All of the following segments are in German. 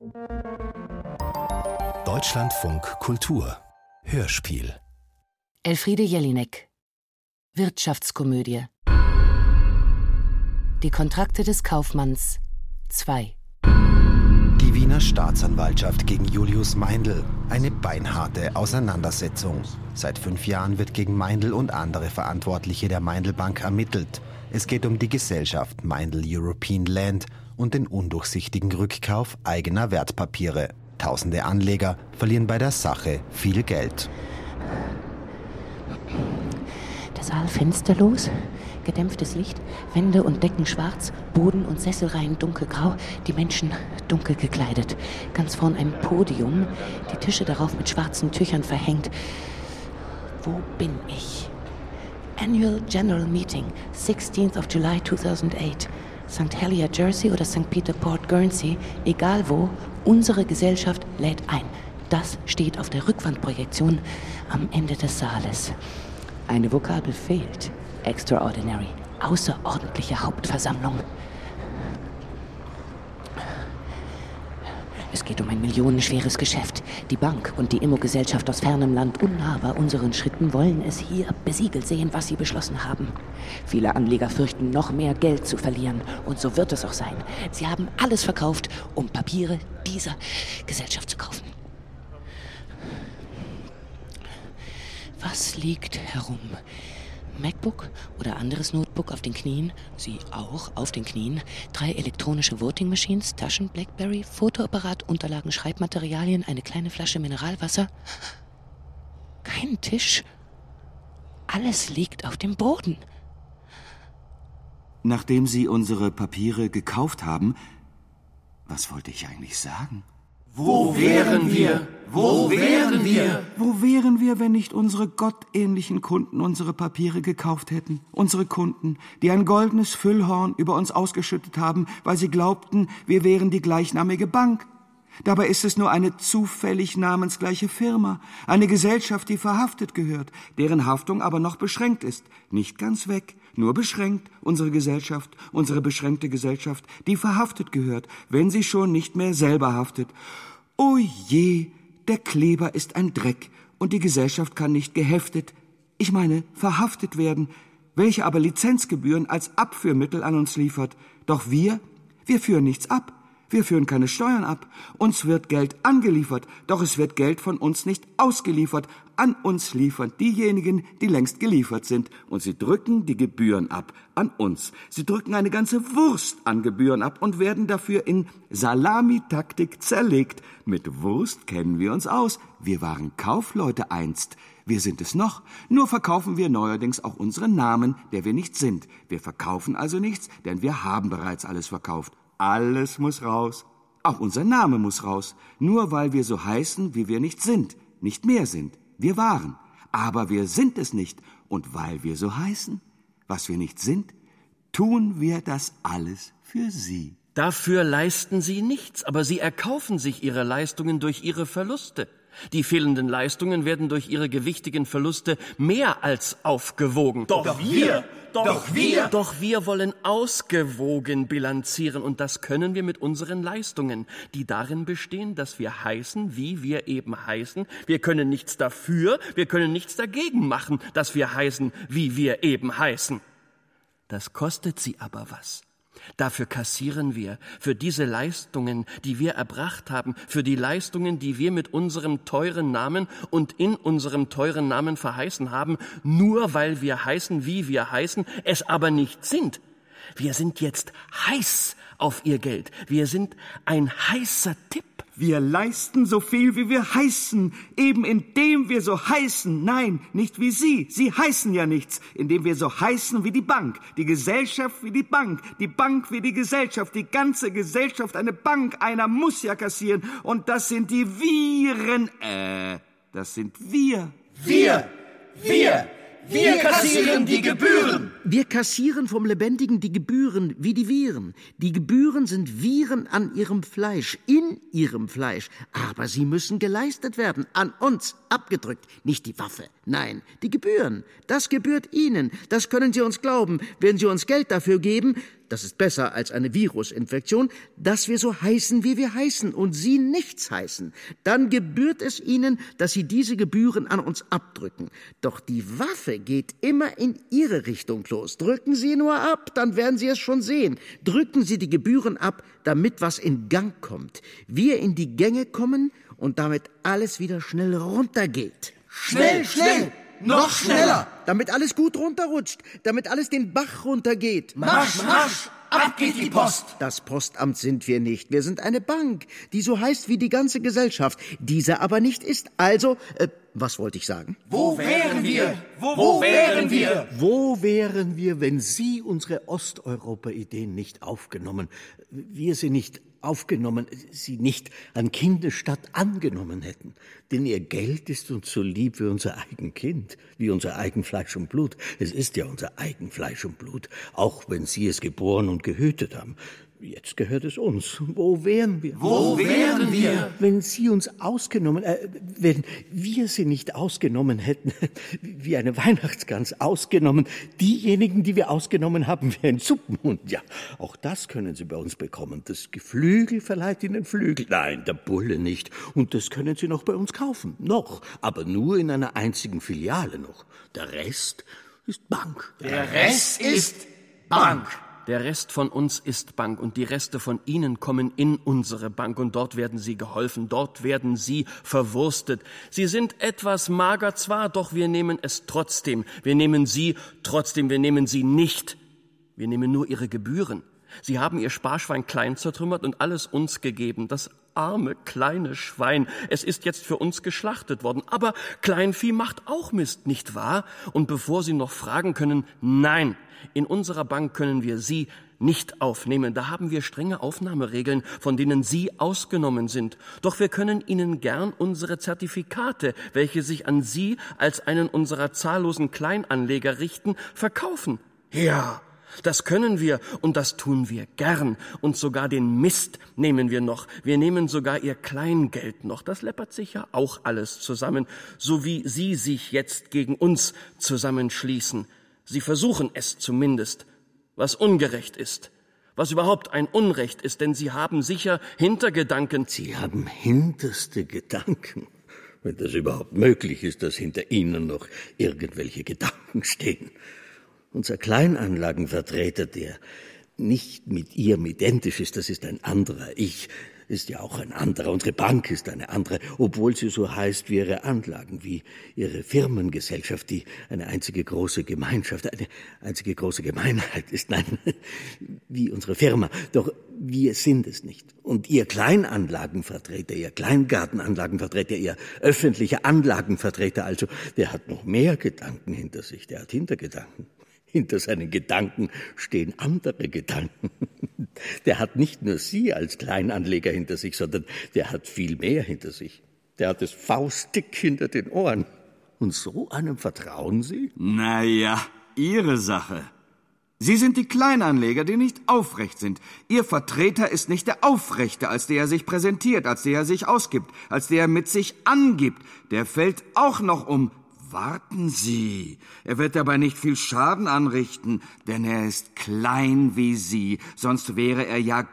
Deutschlandfunk Kultur Hörspiel Elfriede Jelinek Wirtschaftskomödie Die Kontrakte des Kaufmanns 2. Die Wiener Staatsanwaltschaft gegen Julius Meindl. Eine beinharte Auseinandersetzung. Seit 5 Jahren wird gegen Meindl und andere Verantwortliche der Meindl Bank ermittelt. Es geht um die Gesellschaft Meindl European Land und den undurchsichtigen Rückkauf eigener Wertpapiere. Tausende Anleger verlieren bei der Sache viel Geld. Der Saal fensterlos, gedämpftes Licht, Wände und Decken schwarz, Boden und Sesselreihen dunkelgrau, die Menschen dunkel gekleidet. Ganz vorn ein Podium, die Tische darauf mit schwarzen Tüchern verhängt. Wo bin ich? Annual General Meeting, 16th of July 2008. St. Helier, Jersey oder St. Peter Port, Guernsey, egal wo, unsere Gesellschaft lädt ein. Das steht auf der Rückwandprojektion am Ende des Saales. Eine Vokabel fehlt. Extraordinary, außerordentliche Hauptversammlung. Es geht um ein millionenschweres Geschäft. Die Bank und die Immogesellschaft aus fernem Land, unnahbar unseren Schritten, wollen es hier besiegelt sehen, was sie beschlossen haben. Viele Anleger fürchten, noch mehr Geld zu verlieren. Und so wird es auch sein. Sie haben alles verkauft, um Papiere dieser Gesellschaft zu kaufen. Was liegt herum? MacBook oder anderes Notebook auf den Knien, Sie auch auf den Knien, 3 elektronische Voting Machines, Taschen, Blackberry, Fotoapparat, Unterlagen, Schreibmaterialien, eine kleine Flasche Mineralwasser. Kein Tisch. Alles liegt auf dem Boden. Nachdem Sie unsere Papiere gekauft haben, was wollte ich eigentlich sagen? Wo wären wir? Wo wären wir? Wo wären wir, wenn nicht unsere gottähnlichen Kunden unsere Papiere gekauft hätten? Unsere Kunden, die ein goldenes Füllhorn über uns ausgeschüttet haben, weil sie glaubten, wir wären die gleichnamige Bank. Dabei ist es nur eine zufällig namensgleiche Firma, eine Gesellschaft, die verhaftet gehört, deren Haftung aber noch beschränkt ist. Nicht ganz weg, nur beschränkt, unsere Gesellschaft, unsere beschränkte Gesellschaft, die verhaftet gehört, wenn sie schon nicht mehr selber haftet. O je, der Kleber ist ein Dreck und die Gesellschaft kann nicht geheftet, ich meine verhaftet werden, welche aber Lizenzgebühren als Abführmittel an uns liefert. Doch wir führen nichts ab. Wir führen keine Steuern ab. Uns wird Geld angeliefert, doch es wird Geld von uns nicht ausgeliefert. An uns liefern diejenigen, die längst geliefert sind. Und sie drücken die Gebühren ab an uns. Sie drücken eine ganze Wurst an Gebühren ab und werden dafür in Salamitaktik zerlegt. Mit Wurst kennen wir uns aus. Wir waren Kaufleute einst. Wir sind es noch. Nur verkaufen wir neuerdings auch unseren Namen, der wir nicht sind. Wir verkaufen also nichts, denn wir haben bereits alles verkauft. Alles muss raus. Auch unser Name muss raus. Nur weil wir so heißen, wie wir nicht sind. Nicht mehr sind. Wir waren. Aber wir sind es nicht. Und weil wir so heißen, was wir nicht sind, tun wir das alles für Sie. Dafür leisten Sie nichts, aber Sie erkaufen sich Ihre Leistungen durch Ihre Verluste. Die fehlenden Leistungen werden durch Ihre gewichtigen Verluste mehr als aufgewogen. Doch wir wollen ausgewogen bilanzieren und das können wir mit unseren Leistungen, die darin bestehen, dass wir heißen, wie wir eben heißen. Wir können nichts dafür, wir können nichts dagegen machen, dass wir heißen, wie wir eben heißen. Das kostet Sie aber was. Dafür kassieren wir, für diese Leistungen, die wir erbracht haben, für die Leistungen, die wir mit unserem teuren Namen und in unserem teuren Namen verheißen haben, nur weil wir heißen, wie wir heißen, es aber nicht sind. Wir sind jetzt heiß auf Ihr Geld. Wir sind ein heißer Tipp. Wir leisten so viel, wie wir heißen, eben indem wir so heißen. Nein, nicht wie Sie. Sie heißen ja nichts. Indem wir so heißen wie die Bank, die Gesellschaft wie die Bank wie die Gesellschaft, die ganze Gesellschaft eine Bank. Einer muss ja kassieren. Und das sind die Viren. Das sind wir. Wir kassieren die Gebühren. Wir kassieren vom Lebendigen die Gebühren wie die Viren. Die Gebühren sind Viren an ihrem Fleisch, in ihrem Fleisch. Aber sie müssen geleistet werden, an uns abgedrückt. Nicht die Waffe, nein, die Gebühren. Das gebührt Ihnen. Das können Sie uns glauben. Wenn Sie uns Geld dafür geben, das ist besser als eine Virusinfektion, dass wir so heißen, wie wir heißen und Sie nichts heißen. Dann gebührt es Ihnen, dass Sie diese Gebühren an uns abdrücken. Doch die Waffe geht immer in Ihre Richtung los. Drücken Sie nur ab, dann werden Sie es schon sehen. Drücken Sie die Gebühren ab, damit was in Gang kommt. Wir in die Gänge kommen und damit alles wieder schnell runtergeht. Schnell, schnell! Noch schneller! Damit alles gut runterrutscht, damit alles den Bach runtergeht. Marsch, Marsch! Ab geht die Post! Das Postamt sind wir nicht. Wir sind eine Bank, die so heißt wie die ganze Gesellschaft. Diese aber nicht ist. Also, was wollte ich sagen? Wo wären wir? Wo wären wir? Wo wären wir, wenn Sie unsere Osteuropa-Ideen nicht aufgenommen, wir sie nicht aufgenommen, sie nicht an Kindesstatt angenommen hätten? Denn Ihr Geld ist uns so lieb wie unser eigen Kind, wie unser eigen Fleisch und Blut. Es ist ja unser eigen Fleisch und Blut, auch wenn Sie es geboren und gehütet haben. Jetzt gehört es uns. Wo wären wir? Wo wären wir? Wenn Sie uns ausgenommen, wenn wir Sie nicht ausgenommen hätten, wie eine Weihnachtsgans ausgenommen, diejenigen, die wir ausgenommen haben, wie ein Suppenhund. Ja, auch das können Sie bei uns bekommen. Das Geflügel verleiht Ihnen Flügel. Nein, der Bulle nicht. Und das können Sie noch bei uns kaufen. Noch. Aber nur in einer einzigen Filiale noch. Der Rest ist Bank. Der Rest ist Bank. Der Rest von uns ist Bank und die Reste von Ihnen kommen in unsere Bank und dort werden Sie geholfen, dort werden Sie verwurstet. Sie sind etwas mager zwar, doch wir nehmen es trotzdem. Wir nehmen Sie trotzdem, wir nehmen Sie nicht. Wir nehmen nur Ihre Gebühren. Sie haben Ihr Sparschwein klein zertrümmert und alles uns gegeben. Das arme, kleine Schwein. Es ist jetzt für uns geschlachtet worden. Aber Kleinvieh macht auch Mist, nicht wahr? Und bevor Sie noch fragen können, nein, in unserer Bank können wir Sie nicht aufnehmen. Da haben wir strenge Aufnahmeregeln, von denen Sie ausgenommen sind. Doch wir können Ihnen gern unsere Zertifikate, welche sich an Sie als einen unserer zahllosen Kleinanleger richten, verkaufen. Ja, das können wir und das tun wir gern. Und sogar den Mist nehmen wir noch. Wir nehmen sogar Ihr Kleingeld noch. Das läppert sich ja auch alles zusammen, so wie Sie sich jetzt gegen uns zusammenschließen. Sie versuchen es zumindest, was ungerecht ist, was überhaupt ein Unrecht ist, denn Sie haben sicher Hintergedanken. Sie haben hinterste Gedanken, wenn das überhaupt möglich ist, dass hinter Ihnen noch irgendwelche Gedanken stehen. Unser Kleinanlagenvertreter, der nicht mit Ihrem identisch ist, das ist ein anderer. Ich ist ja auch ein anderer. Unsere Bank ist eine andere, obwohl sie so heißt wie Ihre Anlagen, wie Ihre Firmengesellschaft, die eine einzige große Gemeinschaft, eine einzige große Gemeinheit ist. Nein, wie unsere Firma. Doch wir sind es nicht. Und Ihr Kleinanlagenvertreter, Ihr Kleingartenanlagenvertreter, Ihr öffentlicher Anlagenvertreter, also, der hat noch mehr Gedanken hinter sich, der hat Hintergedanken. Hinter seinen Gedanken stehen andere Gedanken. Der hat nicht nur Sie als Kleinanleger hinter sich, sondern der hat viel mehr hinter sich. Der hat es faustdick hinter den Ohren. Und so einem vertrauen Sie? Naja, Ihre Sache. Sie sind die Kleinanleger, die nicht aufrecht sind. Ihr Vertreter ist nicht der Aufrechte, als der er sich präsentiert, als der er sich ausgibt, als der er mit sich angibt. Der fällt auch noch um. Warten Sie, er wird dabei nicht viel Schaden anrichten, denn er ist klein wie Sie, sonst wäre er ja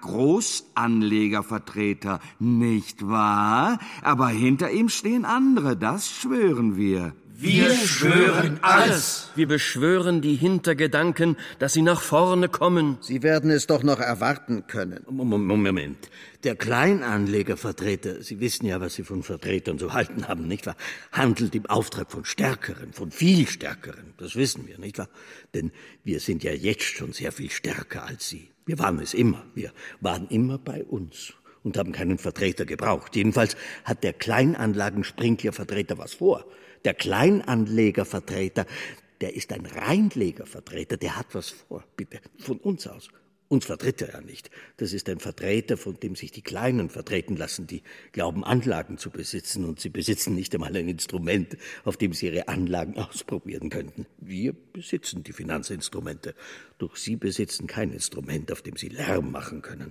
Großanlegervertreter, nicht wahr? Aber hinter ihm stehen andere, das schwören wir. Wir schwören alles. Wir beschwören die Hintergedanken, dass sie nach vorne kommen. Sie werden es doch noch erwarten können. Moment. Der Kleinanlegervertreter, Sie wissen ja, was Sie von Vertretern zu halten haben, nicht wahr? Handelt im Auftrag von Stärkeren, von viel Stärkeren. Das wissen wir, nicht wahr? Denn wir sind ja jetzt schon sehr viel stärker als Sie. Wir waren es immer. Wir waren immer bei uns und haben keinen Vertreter gebraucht. Jedenfalls hat der Kleinanlagensprinklervertreter was vor. Der Kleinanlegervertreter, der ist ein Reinlegervertreter, der hat was vor, bitte, von uns aus. Uns vertritt er ja nicht. Das ist ein Vertreter, von dem sich die Kleinen vertreten lassen, die glauben, Anlagen zu besitzen, und sie besitzen nicht einmal ein Instrument, auf dem sie ihre Anlagen ausprobieren könnten. Wir besitzen die Finanzinstrumente, doch Sie besitzen kein Instrument, auf dem Sie Lärm machen können.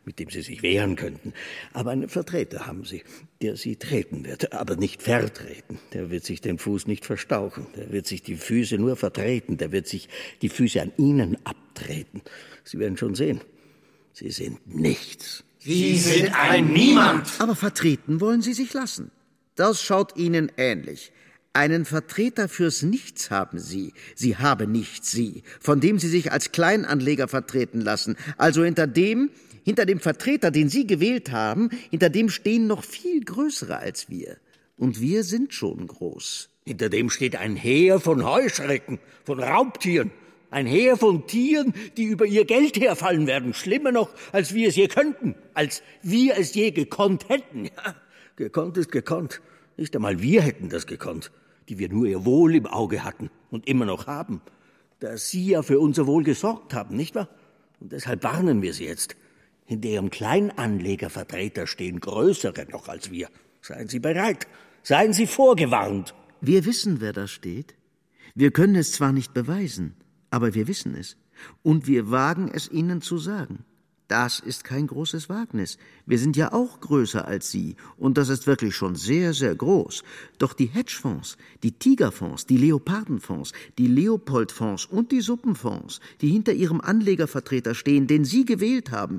mit dem Sie sich wehren könnten. Aber einen Vertreter haben Sie, der Sie treten wird, aber nicht vertreten. Der wird sich den Fuß nicht verstauchen. Der wird sich die Füße nur vertreten. Der wird sich die Füße an Ihnen abtreten. Sie werden schon sehen, Sie sind nichts. Sie sind ein Niemand. Aber vertreten wollen Sie sich lassen. Das schaut Ihnen ähnlich. Einen Vertreter fürs Nichts haben Sie. Sie haben nicht Sie, von dem Sie sich als Kleinanleger vertreten lassen. Also hinter dem Vertreter, den Sie gewählt haben, hinter dem stehen noch viel Größere als wir. Und wir sind schon groß. Hinter dem steht ein Heer von Heuschrecken, von Raubtieren. Ein Heer von Tieren, die über ihr Geld herfallen werden. Schlimmer noch, als wir es je könnten. Als wir es je gekonnt hätten. Ja, gekonnt ist gekonnt. Nicht einmal wir hätten das gekonnt, die wir nur ihr Wohl im Auge hatten und immer noch haben. Da Sie ja für unser Wohl gesorgt haben, nicht wahr? Und deshalb warnen wir Sie jetzt. Hinter Ihrem Kleinanlegervertreter stehen Größere noch als wir. Seien Sie bereit. Seien Sie vorgewarnt. Wir wissen, wer da steht. Wir können es zwar nicht beweisen, aber wir wissen es. Und wir wagen es Ihnen zu sagen. Das ist kein großes Wagnis. Wir sind ja auch größer als Sie. Und das ist wirklich schon sehr, sehr groß. Doch die Hedgefonds, die Tigerfonds, die Leopardenfonds, die Leopoldfonds und die Suppenfonds, die hinter Ihrem Anlegervertreter stehen, den Sie gewählt haben,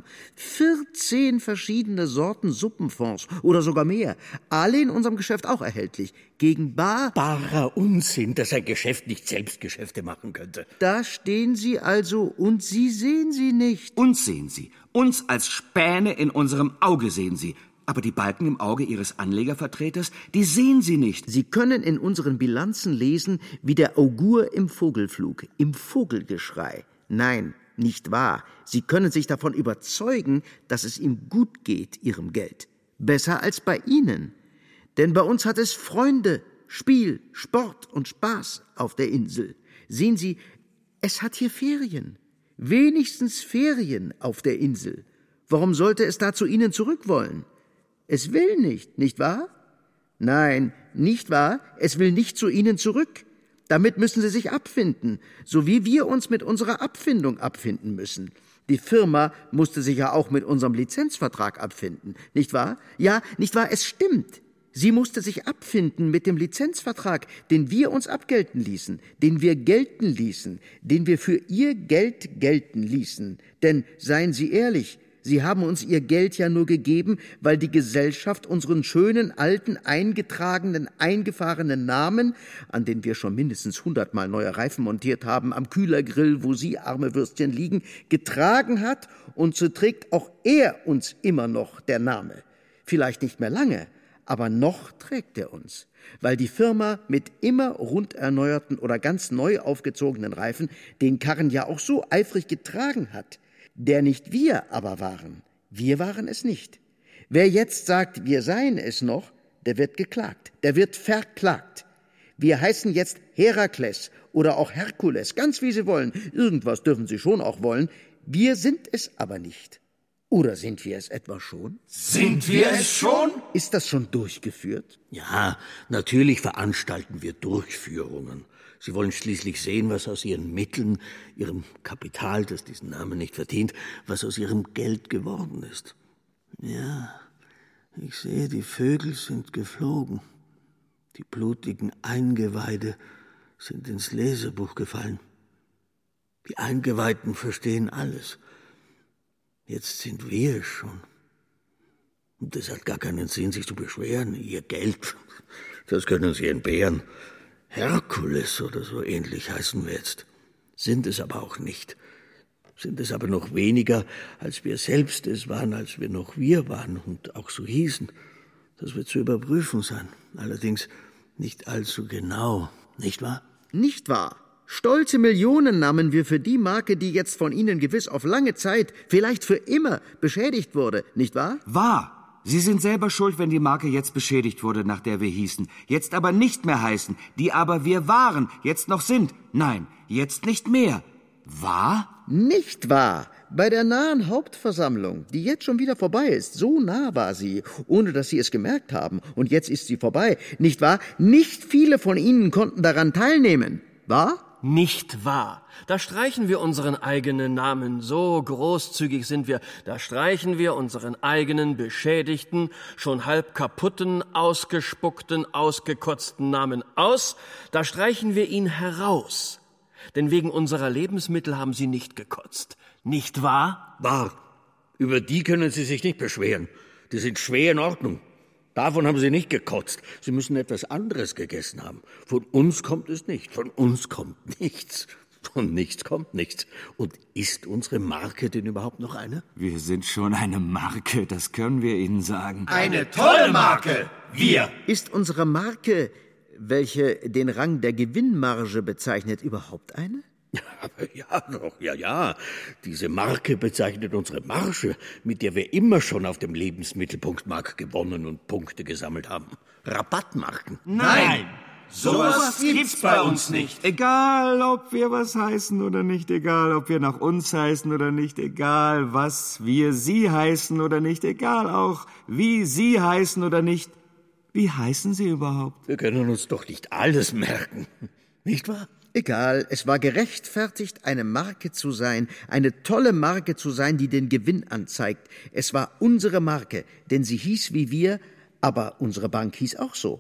14 verschiedene Sorten Suppenfonds oder sogar mehr, alle in unserem Geschäft auch erhältlich, gegen barer Unsinn, dass ein Geschäft nicht selbst Geschäfte machen könnte. Da stehen Sie also und Sie sehen sie nicht. Uns sehen Sie. Uns als Späne in unserem Auge sehen Sie. Aber die Balken im Auge Ihres Anlegervertreters, die sehen Sie nicht. Sie können in unseren Bilanzen lesen, wie der Augur im Vogelflug, im Vogelgeschrei. Nein, nicht wahr. Sie können sich davon überzeugen, dass es ihm gut geht, Ihrem Geld. Besser als bei Ihnen. Denn bei uns hat es Freunde, Spiel, Sport und Spaß auf der Insel. Sehen Sie, es hat hier Ferien. Wenigstens Ferien auf der Insel. Warum sollte es da zu Ihnen zurück wollen? Es will nicht, nicht wahr? Nein, nicht wahr? Es will nicht zu Ihnen zurück. Damit müssen Sie sich abfinden, so wie wir uns mit unserer Abfindung abfinden müssen. Die Firma musste sich ja auch mit unserem Lizenzvertrag abfinden, nicht wahr? Ja, nicht wahr? Es stimmt. Sie musste sich abfinden mit dem Lizenzvertrag, den wir uns abgelten ließen, den wir gelten ließen, den wir für Ihr Geld gelten ließen. Denn, seien Sie ehrlich, Sie haben uns Ihr Geld ja nur gegeben, weil die Gesellschaft unseren schönen, alten, eingetragenen, eingefahrenen Namen, an den wir schon mindestens 100-mal neue Reifen montiert haben, am Kühlergrill, wo Sie, arme Würstchen, liegen, getragen hat, und so trägt auch er uns immer noch, der Name. Vielleicht nicht mehr lange, aber noch trägt er uns, weil die Firma mit immer rund erneuerten oder ganz neu aufgezogenen Reifen den Karren ja auch so eifrig getragen hat, der nicht wir aber waren. Wir waren es nicht. Wer jetzt sagt, wir seien es noch, der wird geklagt, der wird verklagt. Wir heißen jetzt Herakles oder auch Herkules, ganz wie Sie wollen. Irgendwas dürfen Sie schon auch wollen. Wir sind es aber nicht. Oder sind wir es etwa schon? Sind wir es schon? Ist das schon durchgeführt? Ja, natürlich veranstalten wir Durchführungen. Sie wollen schließlich sehen, was aus Ihren Mitteln, Ihrem Kapital, das diesen Namen nicht verdient, was aus Ihrem Geld geworden ist. Ja, ich sehe, die Vögel sind geflogen. Die blutigen Eingeweide sind ins Lesebuch gefallen. Die Eingeweihten verstehen alles. Jetzt sind wir es schon. Und es hat gar keinen Sinn, sich zu beschweren. Ihr Geld, das können Sie entbehren. Herkules oder so ähnlich heißen wir jetzt. Sind es aber auch nicht. Sind es aber noch weniger, als wir selbst es waren, als wir noch wir waren und auch so hießen. Das wird zu überprüfen sein. Allerdings nicht allzu genau, nicht wahr? Nicht wahr. Stolze Millionen nahmen wir für die Marke, die jetzt von Ihnen gewiss auf lange Zeit, vielleicht für immer, beschädigt wurde, nicht wahr? Wahr. Sie sind selber schuld, wenn die Marke jetzt beschädigt wurde, nach der wir hießen, jetzt aber nicht mehr heißen, die aber wir waren, jetzt noch sind. Nein, jetzt nicht mehr. Wahr? Nicht wahr. Bei der nahen Hauptversammlung, die jetzt schon wieder vorbei ist, so nah war sie, ohne dass Sie es gemerkt haben, und jetzt ist sie vorbei, nicht wahr? Nicht viele von Ihnen konnten daran teilnehmen. Wahr? Nicht wahr? Da streichen wir unseren eigenen Namen, so großzügig sind wir. Da streichen wir unseren eigenen beschädigten, schon halb kaputten, ausgespuckten, ausgekotzten Namen aus. Da streichen wir ihn heraus. Denn wegen unserer Lebensmittel haben Sie nicht gekotzt. Nicht wahr? Wahr. Über die können Sie sich nicht beschweren. Die sind schwer in Ordnung. Davon haben Sie nicht gekotzt. Sie müssen etwas anderes gegessen haben. Von uns kommt es nicht. Von uns kommt nichts. Von nichts kommt nichts. Und ist unsere Marke denn überhaupt noch eine? Wir sind schon eine Marke, das können wir Ihnen sagen. Eine tolle Marke! Wir! Ist unsere Marke, welche den Rang der Gewinnmarge bezeichnet, überhaupt eine? Aber ja, doch, ja. Diese Marke bezeichnet unsere Marge, mit der wir immer schon auf dem Lebensmittelpunktmarkt gewonnen und Punkte gesammelt haben. Rabattmarken. Nein! Sowas gibt's bei uns nicht. Egal, ob wir was heißen oder nicht, egal, ob wir nach uns heißen oder nicht, egal, was wir Sie heißen oder nicht, egal auch, wie Sie heißen oder nicht. Wie heißen Sie überhaupt? Wir können uns doch nicht alles merken, nicht wahr? Egal, es war gerechtfertigt, eine Marke zu sein, eine tolle Marke zu sein, die den Gewinn anzeigt. Es war unsere Marke, denn sie hieß wie wir, aber unsere Bank hieß auch so.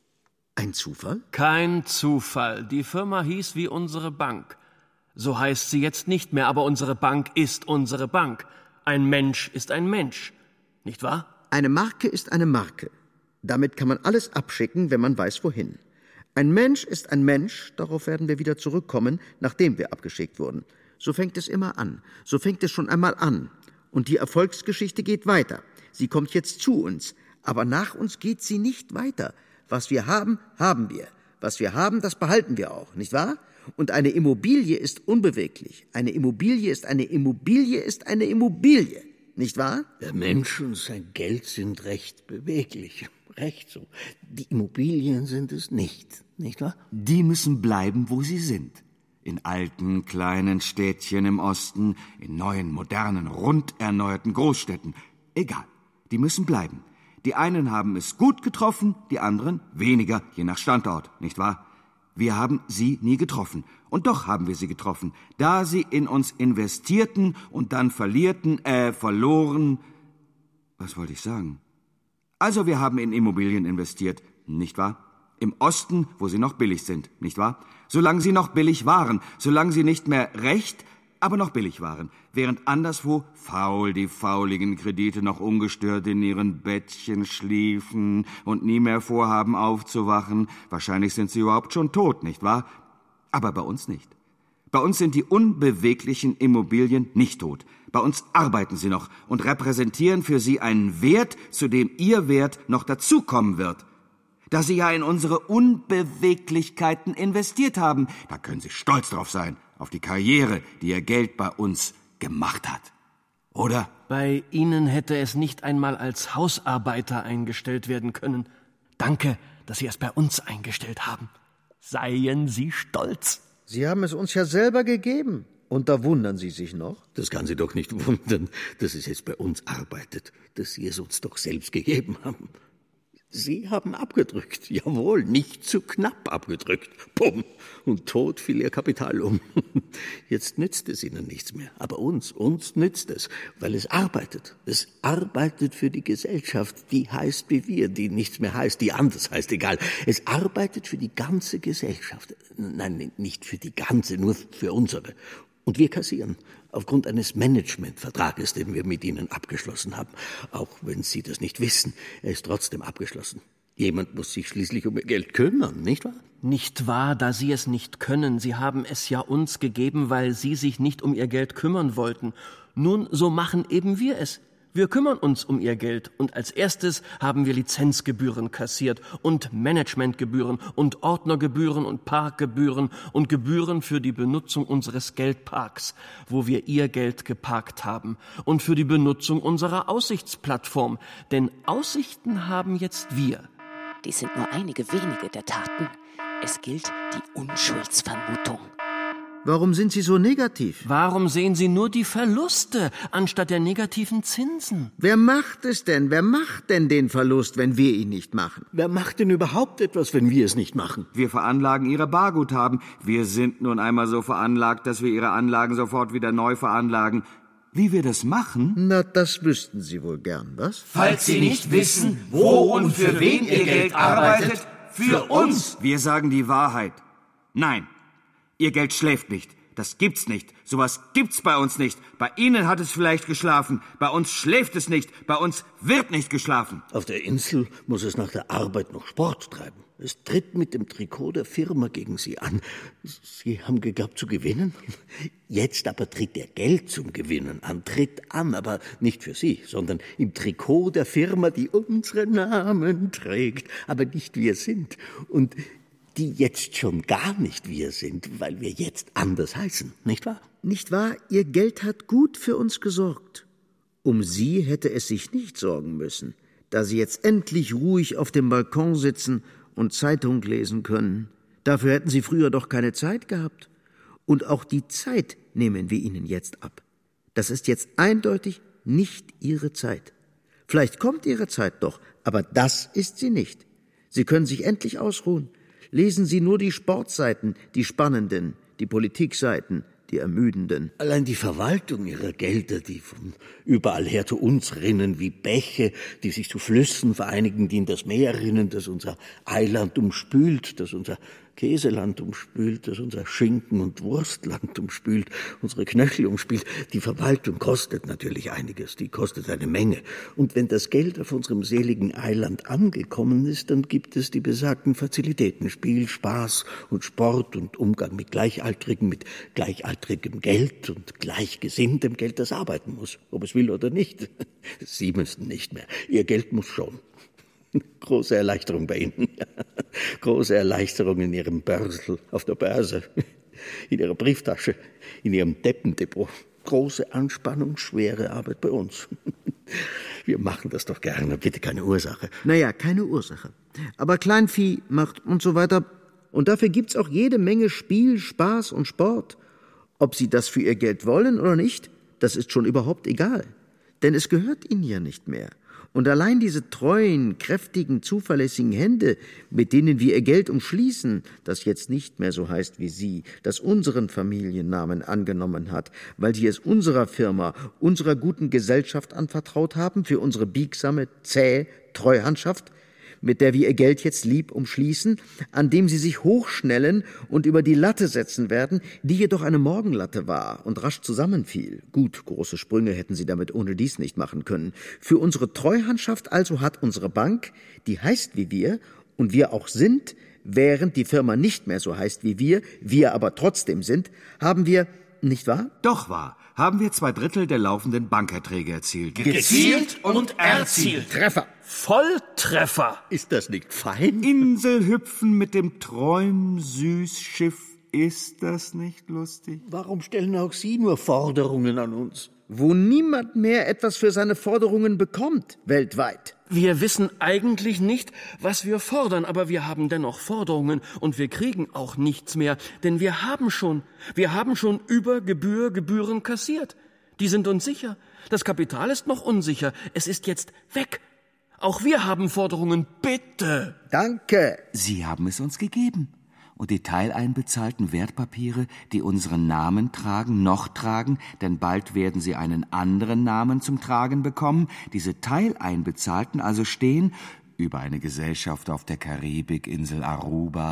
Ein Zufall? Kein Zufall. Die Firma hieß wie unsere Bank. So heißt sie jetzt nicht mehr, aber unsere Bank ist unsere Bank. Ein Mensch ist ein Mensch. Nicht wahr? Eine Marke ist eine Marke. Damit kann man alles abschicken, wenn man weiß, wohin. Ein Mensch ist ein Mensch, darauf werden wir wieder zurückkommen, nachdem wir abgeschickt wurden. So fängt es immer an. So fängt es schon einmal an. Und die Erfolgsgeschichte geht weiter. Sie kommt jetzt zu uns. Aber nach uns geht sie nicht weiter. Was wir haben, haben wir. Was wir haben, das behalten wir auch, nicht wahr? Und eine Immobilie ist unbeweglich. Eine Immobilie ist eine Immobilie ist eine Immobilie, nicht wahr? Der Mensch und sein Geld sind recht beweglich. Recht so. Die Immobilien sind es nicht wahr? Die müssen bleiben, wo sie sind. In alten, kleinen Städtchen im Osten, in neuen, modernen, rund erneuerten Großstädten. Egal, die müssen bleiben. Die einen haben es gut getroffen, die anderen weniger, je nach Standort, nicht wahr? Wir haben sie nie getroffen. Und doch haben wir sie getroffen, da sie in uns investierten und dann verloren. Was wollte ich sagen? Also wir haben in Immobilien investiert, nicht wahr? Im Osten, wo sie noch billig sind, nicht wahr? Solange sie noch billig waren, solange sie nicht mehr recht, aber noch billig waren, während anderswo faul die fauligen Kredite noch ungestört in ihren Bettchen schliefen und nie mehr vorhaben aufzuwachen. Wahrscheinlich sind sie überhaupt schon tot, nicht wahr? Aber bei uns nicht. Bei uns sind die unbeweglichen Immobilien nicht tot. Bei uns arbeiten sie noch und repräsentieren für sie einen Wert, zu dem ihr Wert noch dazukommen wird. Da sie ja in unsere Unbeweglichkeiten investiert haben, da können sie stolz drauf sein, auf die Karriere, die ihr Geld bei uns gemacht hat. Oder? Bei Ihnen hätte es nicht einmal als Hausarbeiter eingestellt werden können. Danke, dass Sie es bei uns eingestellt haben. Seien Sie stolz. Sie haben es uns ja selber gegeben. Und da wundern Sie sich noch? Das kann Sie doch nicht wundern, dass es jetzt bei uns arbeitet, dass Sie es uns doch selbst gegeben haben. Sie haben abgedrückt, jawohl, nicht zu knapp abgedrückt. Bumm, und tot fiel Ihr Kapital um. Jetzt nützt es Ihnen nichts mehr, aber uns nützt es, weil es arbeitet. Es arbeitet für die Gesellschaft, die heißt wie wir, die nichts mehr heißt, die anders heißt, egal. Es arbeitet für die ganze Gesellschaft. Nein, nicht für die ganze, nur für unsere. Und wir kassieren, aufgrund eines Managementvertrages, den wir mit Ihnen abgeschlossen haben. Auch wenn Sie das nicht wissen, er ist trotzdem abgeschlossen. Jemand muss sich schließlich um Ihr Geld kümmern, nicht wahr? Nicht wahr, da Sie es nicht können. Sie haben es ja uns gegeben, weil Sie sich nicht um Ihr Geld kümmern wollten. Nun, so machen eben wir es. Wir kümmern uns um Ihr Geld und als erstes haben wir Lizenzgebühren kassiert und Managementgebühren und Ordnergebühren und Parkgebühren und Gebühren für die Benutzung unseres Geldparks, wo wir Ihr Geld geparkt haben, und für die Benutzung unserer Aussichtsplattform, denn Aussichten haben jetzt wir. Dies sind nur einige wenige der Taten. Es gilt die Unschuldsvermutung. Warum sind Sie so negativ? Warum sehen Sie nur die Verluste anstatt der negativen Zinsen? Wer macht es denn? Wer macht denn den Verlust, wenn wir ihn nicht machen? Wer macht denn überhaupt etwas, wenn wir es nicht machen? Wir veranlagen Ihre Barguthaben. Wir sind nun einmal so veranlagt, dass wir Ihre Anlagen sofort wieder neu veranlagen. Wie wir das machen? Na, das wüssten Sie wohl gern, was? Falls Sie nicht wissen, wo und für wen Ihr Geld arbeitet, für uns. Wir sagen die Wahrheit. Nein, Ihr Geld schläft nicht. Das gibt's nicht. Sowas gibt's bei uns nicht. Bei Ihnen hat es vielleicht geschlafen. Bei uns schläft es nicht. Bei uns wird nicht geschlafen. Auf der Insel muss es nach der Arbeit noch Sport treiben. Es tritt mit dem Trikot der Firma gegen Sie an. Sie haben geglaubt zu gewinnen? Jetzt aber tritt er Geld zum Gewinnen an. Tritt an, aber nicht für Sie, sondern im Trikot der Firma, die unsere Namen trägt, aber nicht wir sind. Und die jetzt schon gar nicht wir sind, weil wir jetzt anders heißen, nicht wahr? Nicht wahr? Ihr Geld hat gut für uns gesorgt. Um Sie hätte es sich nicht sorgen müssen, da Sie jetzt endlich ruhig auf dem Balkon sitzen und Zeitung lesen können. Dafür hätten Sie früher doch keine Zeit gehabt. Und auch die Zeit nehmen wir Ihnen jetzt ab. Das ist jetzt eindeutig nicht Ihre Zeit. Vielleicht kommt Ihre Zeit doch, aber das ist sie nicht. Sie können sich endlich ausruhen. Lesen Sie nur die Sportseiten, die spannenden, die Politikseiten, die ermüdenden. Allein die Verwaltung ihrer Gelder, die von überall her zu uns rinnen wie Bäche, die sich zu Flüssen vereinigen, die in das Meer rinnen, das unser Eiland umspült, das unser Käseland umspült, das unser Schinken- und Wurstland umspült, unsere Knöchel umspült. Die Verwaltung kostet natürlich einiges, die kostet eine Menge. Und wenn das Geld auf unserem seligen Eiland angekommen ist, dann gibt es die besagten Fazilitäten, Spiel, Spaß und Sport und Umgang mit Gleichaltrigen, mit gleichaltrigem Geld und gleichgesinntem Geld, das arbeiten muss, ob es will oder nicht. Sie müssen nicht mehr, Ihr Geld muss schon. Große Erleichterung bei Ihnen. Große Erleichterung in Ihrem Börsel, auf der Börse, in Ihrer Brieftasche, in Ihrem Deppendepot. Große Anspannung, schwere Arbeit bei uns. Wir machen das doch gerne, bitte keine Ursache. Naja, keine Ursache. Aber Kleinvieh macht und so weiter. Und dafür gibt's auch jede Menge Spiel, Spaß und Sport. Ob Sie das für Ihr Geld wollen oder nicht, das ist schon überhaupt egal. Denn es gehört Ihnen ja nicht mehr. Und allein diese treuen, kräftigen, zuverlässigen Hände, mit denen wir Ihr Geld umschließen, das jetzt nicht mehr so heißt wie Sie, das unseren Familiennamen angenommen hat, weil Sie es unserer Firma, unserer guten Gesellschaft anvertraut haben, für unsere biegsame, zähe Treuhandschaft, mit der wir Ihr Geld jetzt lieb umschließen, an dem Sie sich hochschnellen und über die Latte setzen werden, die jedoch eine Morgenlatte war und rasch zusammenfiel. Gut, große Sprünge hätten Sie damit ohne dies nicht machen können. Für unsere Treuhandschaft also hat unsere Bank, die heißt wie wir und wir auch sind, während die Firma nicht mehr so heißt wie wir aber trotzdem sind, haben wir, nicht wahr? Doch wahr, haben wir 2/3 der laufenden Bankerträge erzielt. Gezielt und erzielt. Treffer. Volltreffer. Ist das nicht fein? Inselhüpfen mit dem Träum-Süßschiff, ist das nicht lustig? Warum stellen auch Sie nur Forderungen an uns? Wo niemand mehr etwas für seine Forderungen bekommt, weltweit. Wir wissen eigentlich nicht, was wir fordern, aber wir haben dennoch Forderungen und wir kriegen auch nichts mehr, denn wir haben schon über Gebühren kassiert. Die sind uns sicher. Das Kapital ist noch unsicher. Es ist jetzt weg. Auch wir haben Forderungen. Bitte. Danke. Sie haben es uns gegeben. Und die teileinbezahlten Wertpapiere, die unseren Namen tragen, noch tragen, denn bald werden sie einen anderen Namen zum Tragen bekommen, diese teileinbezahlten also stehen über eine Gesellschaft auf der Karibikinsel Aruba.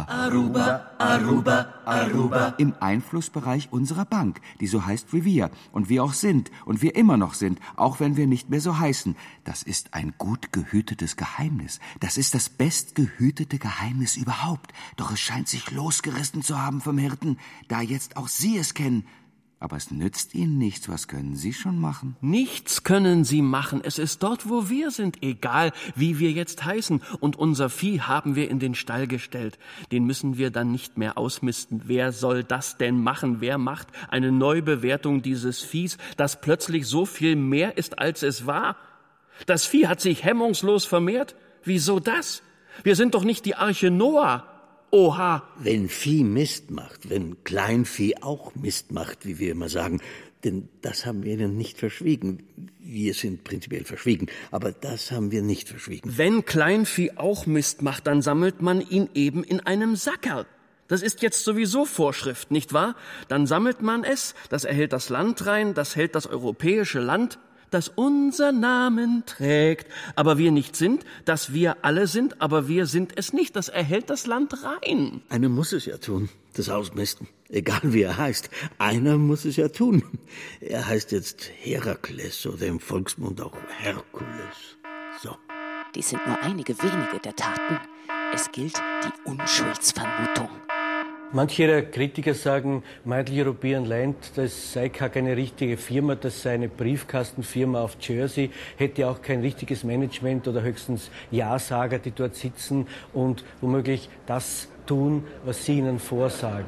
Aruba. Im Einflussbereich unserer Bank, die so heißt wie wir und wir auch sind und wir immer noch sind, auch wenn wir nicht mehr so heißen. Das ist ein gut gehütetes Geheimnis. Das ist das bestgehütete Geheimnis überhaupt. Doch es scheint sich losgerissen zu haben vom Hirten, da jetzt auch Sie es kennen. Aber es nützt Ihnen nichts. Was können Sie schon machen? Nichts können Sie machen. Es ist dort, wo wir sind, egal wie wir jetzt heißen. Und unser Vieh haben wir in den Stall gestellt. Den müssen wir dann nicht mehr ausmisten. Wer soll das denn machen? Wer macht eine Neubewertung dieses Viehs, das plötzlich so viel mehr ist, als es war? Das Vieh hat sich hemmungslos vermehrt. Wieso das? Wir sind doch nicht die Arche Noah. Oha! Wenn Vieh Mist macht, wenn Kleinvieh auch Mist macht, wie wir immer sagen, denn das haben wir ihnen nicht verschwiegen. Wir sind prinzipiell verschwiegen, aber das haben wir nicht verschwiegen. Wenn Kleinvieh auch Mist macht, dann sammelt man ihn eben in einem Sackerl. Das ist jetzt sowieso Vorschrift, nicht wahr? Dann sammelt man es, das erhält das Land rein, das hält das europäische Land, das unser Namen trägt, aber wir nicht sind, das wir alle sind, aber wir sind es nicht, das erhält das Land rein. Einer muss es ja tun, das Ausmisten, egal wie er heißt. Einer muss es ja tun. Er heißt jetzt Herakles oder im Volksmund auch Herkules. So. Dies sind nur einige wenige der Taten. Es gilt die Unschuldsvermutung. Manche ihrer Kritiker sagen, Meindl European Land, das sei keine richtige Firma, das sei eine Briefkastenfirma auf Jersey, hätte auch kein richtiges Management oder höchstens Ja-Sager, die dort sitzen und womöglich das tun, was sie ihnen vorsagen.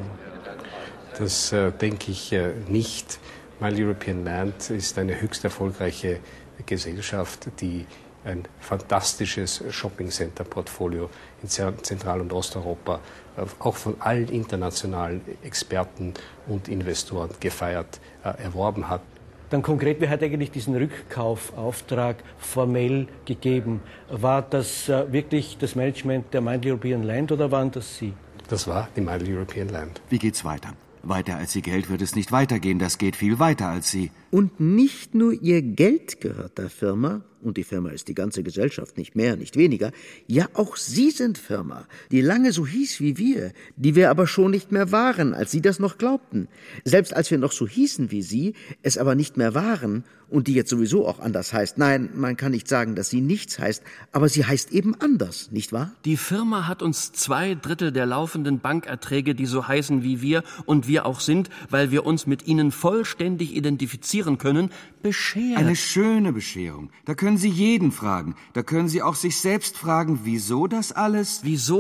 Das denke ich nicht. Meindl European Land ist eine höchst erfolgreiche Gesellschaft, die ein fantastisches Shopping-Center-Portfolio in Zentral- und Osteuropa auch von allen internationalen Experten und Investoren gefeiert erworben hat. Dann konkret, wer hat eigentlich diesen Rückkaufauftrag formell gegeben? War das wirklich das Management der Meindl European Land oder waren das Sie? Das war die Meindl European Land. Wie geht's weiter? Weiter als Ihr Geld wird es nicht weitergehen. Das geht viel weiter als Sie. Und nicht nur Ihr Geld gehört der Firma, und die Firma ist die ganze Gesellschaft, nicht mehr, nicht weniger. Ja, auch Sie sind Firma, die lange so hieß wie wir, die wir aber schon nicht mehr waren, als Sie das noch glaubten. Selbst als wir noch so hießen wie Sie, es aber nicht mehr waren und die jetzt sowieso auch anders heißt. Nein, man kann nicht sagen, dass sie nichts heißt, aber sie heißt eben anders, nicht wahr? Die Firma hat uns 2/3 der laufenden Bankerträge, die so heißen wie wir und wir auch sind, weil wir uns mit ihnen vollständig identifizieren können, beschert. Eine schöne Bescherung. Da können Sie jeden fragen. Da können Sie auch sich selbst fragen, wieso das alles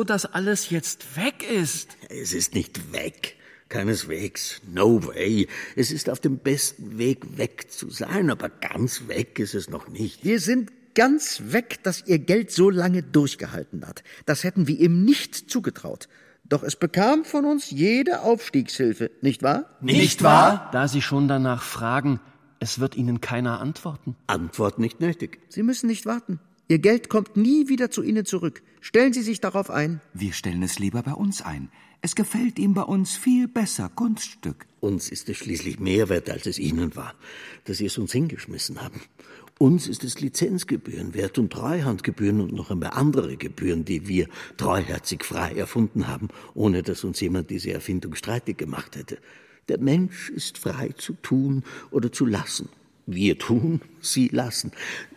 jetzt weg ist. Es ist nicht weg. Keineswegs. No way. Es ist auf dem besten Weg, weg zu sein, aber ganz weg ist es noch nicht. Wir sind ganz weg, dass Ihr Geld so lange durchgehalten hat. Das hätten wir ihm nicht zugetraut. Doch es bekam von uns jede Aufstiegshilfe, nicht wahr? Nicht wahr? Da Sie schon danach fragen, es wird Ihnen keiner antworten. Antwort nicht nötig. Sie müssen nicht warten. Ihr Geld kommt nie wieder zu Ihnen zurück. Stellen Sie sich darauf ein. Wir stellen es lieber bei uns ein. Es gefällt ihm bei uns viel besser, Kunststück. Uns ist es schließlich mehr wert, als es Ihnen war, dass Sie es uns hingeschmissen haben. Uns ist es Lizenzgebühren wert und Treuhandgebühren und noch einmal andere Gebühren, die wir treuherzig frei erfunden haben, ohne dass uns jemand diese Erfindung streitig gemacht hätte. Der Mensch ist frei zu tun oder zu lassen. Wir tun, Sie lassen.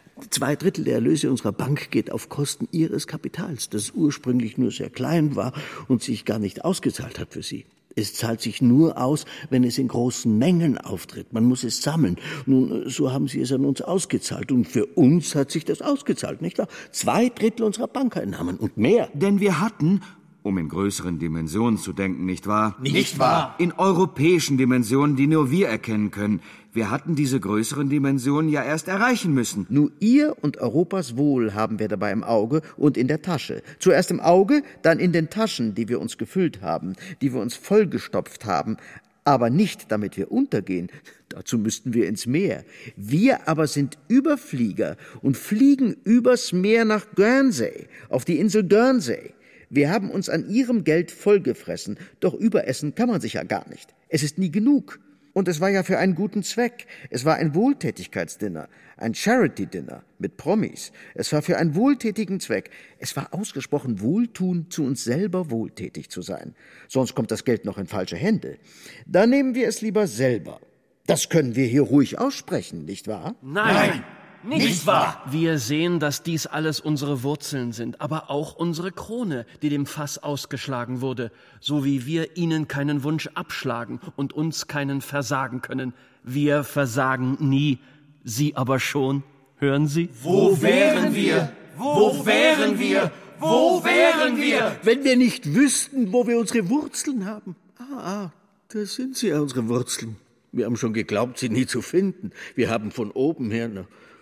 2/3 der Erlöse unserer Bank geht auf Kosten Ihres Kapitals, das ursprünglich nur sehr klein war und sich gar nicht ausgezahlt hat für Sie. Es zahlt sich nur aus, wenn es in großen Mengen auftritt. Man muss es sammeln. Nun, so haben Sie es an uns ausgezahlt. Und für uns hat sich das ausgezahlt, nicht wahr? 2/3 unserer Bankeinnahmen und mehr. Denn wir hatten, um in größeren Dimensionen zu denken, nicht wahr? Nicht wahr? In europäischen Dimensionen, die nur wir erkennen können. Wir hatten diese größeren Dimensionen ja erst erreichen müssen. Nur Ihr und Europas Wohl haben wir dabei im Auge und in der Tasche. Zuerst im Auge, dann in den Taschen, die wir uns gefüllt haben, die wir uns vollgestopft haben. Aber nicht, damit wir untergehen. Dazu müssten wir ins Meer. Wir aber sind Überflieger und fliegen übers Meer nach Guernsey, auf die Insel Guernsey. Wir haben uns an Ihrem Geld vollgefressen, doch überessen kann man sich ja gar nicht. Es ist nie genug. Und es war ja für einen guten Zweck. Es war ein Wohltätigkeitsdinner, ein Charity-Dinner mit Promis. Es war für einen wohltätigen Zweck. Es war ausgesprochen wohltuend, zu uns selber wohltätig zu sein. Sonst kommt das Geld noch in falsche Hände. Da nehmen wir es lieber selber. Das können wir hier ruhig aussprechen, nicht wahr? Nein. Nicht wahr? Wir sehen, dass dies alles unsere Wurzeln sind, aber auch unsere Krone, die dem Fass ausgeschlagen wurde, so wie wir Ihnen keinen Wunsch abschlagen und uns keinen versagen können. Wir versagen nie, Sie aber schon. Hören Sie? Wo wären wir? Wo wären wir? Wo wären wir? Wenn wir nicht wüssten, wo wir unsere Wurzeln haben. Da sind sie ja, unsere Wurzeln. Wir haben schon geglaubt, sie nie zu finden. Wir haben von oben her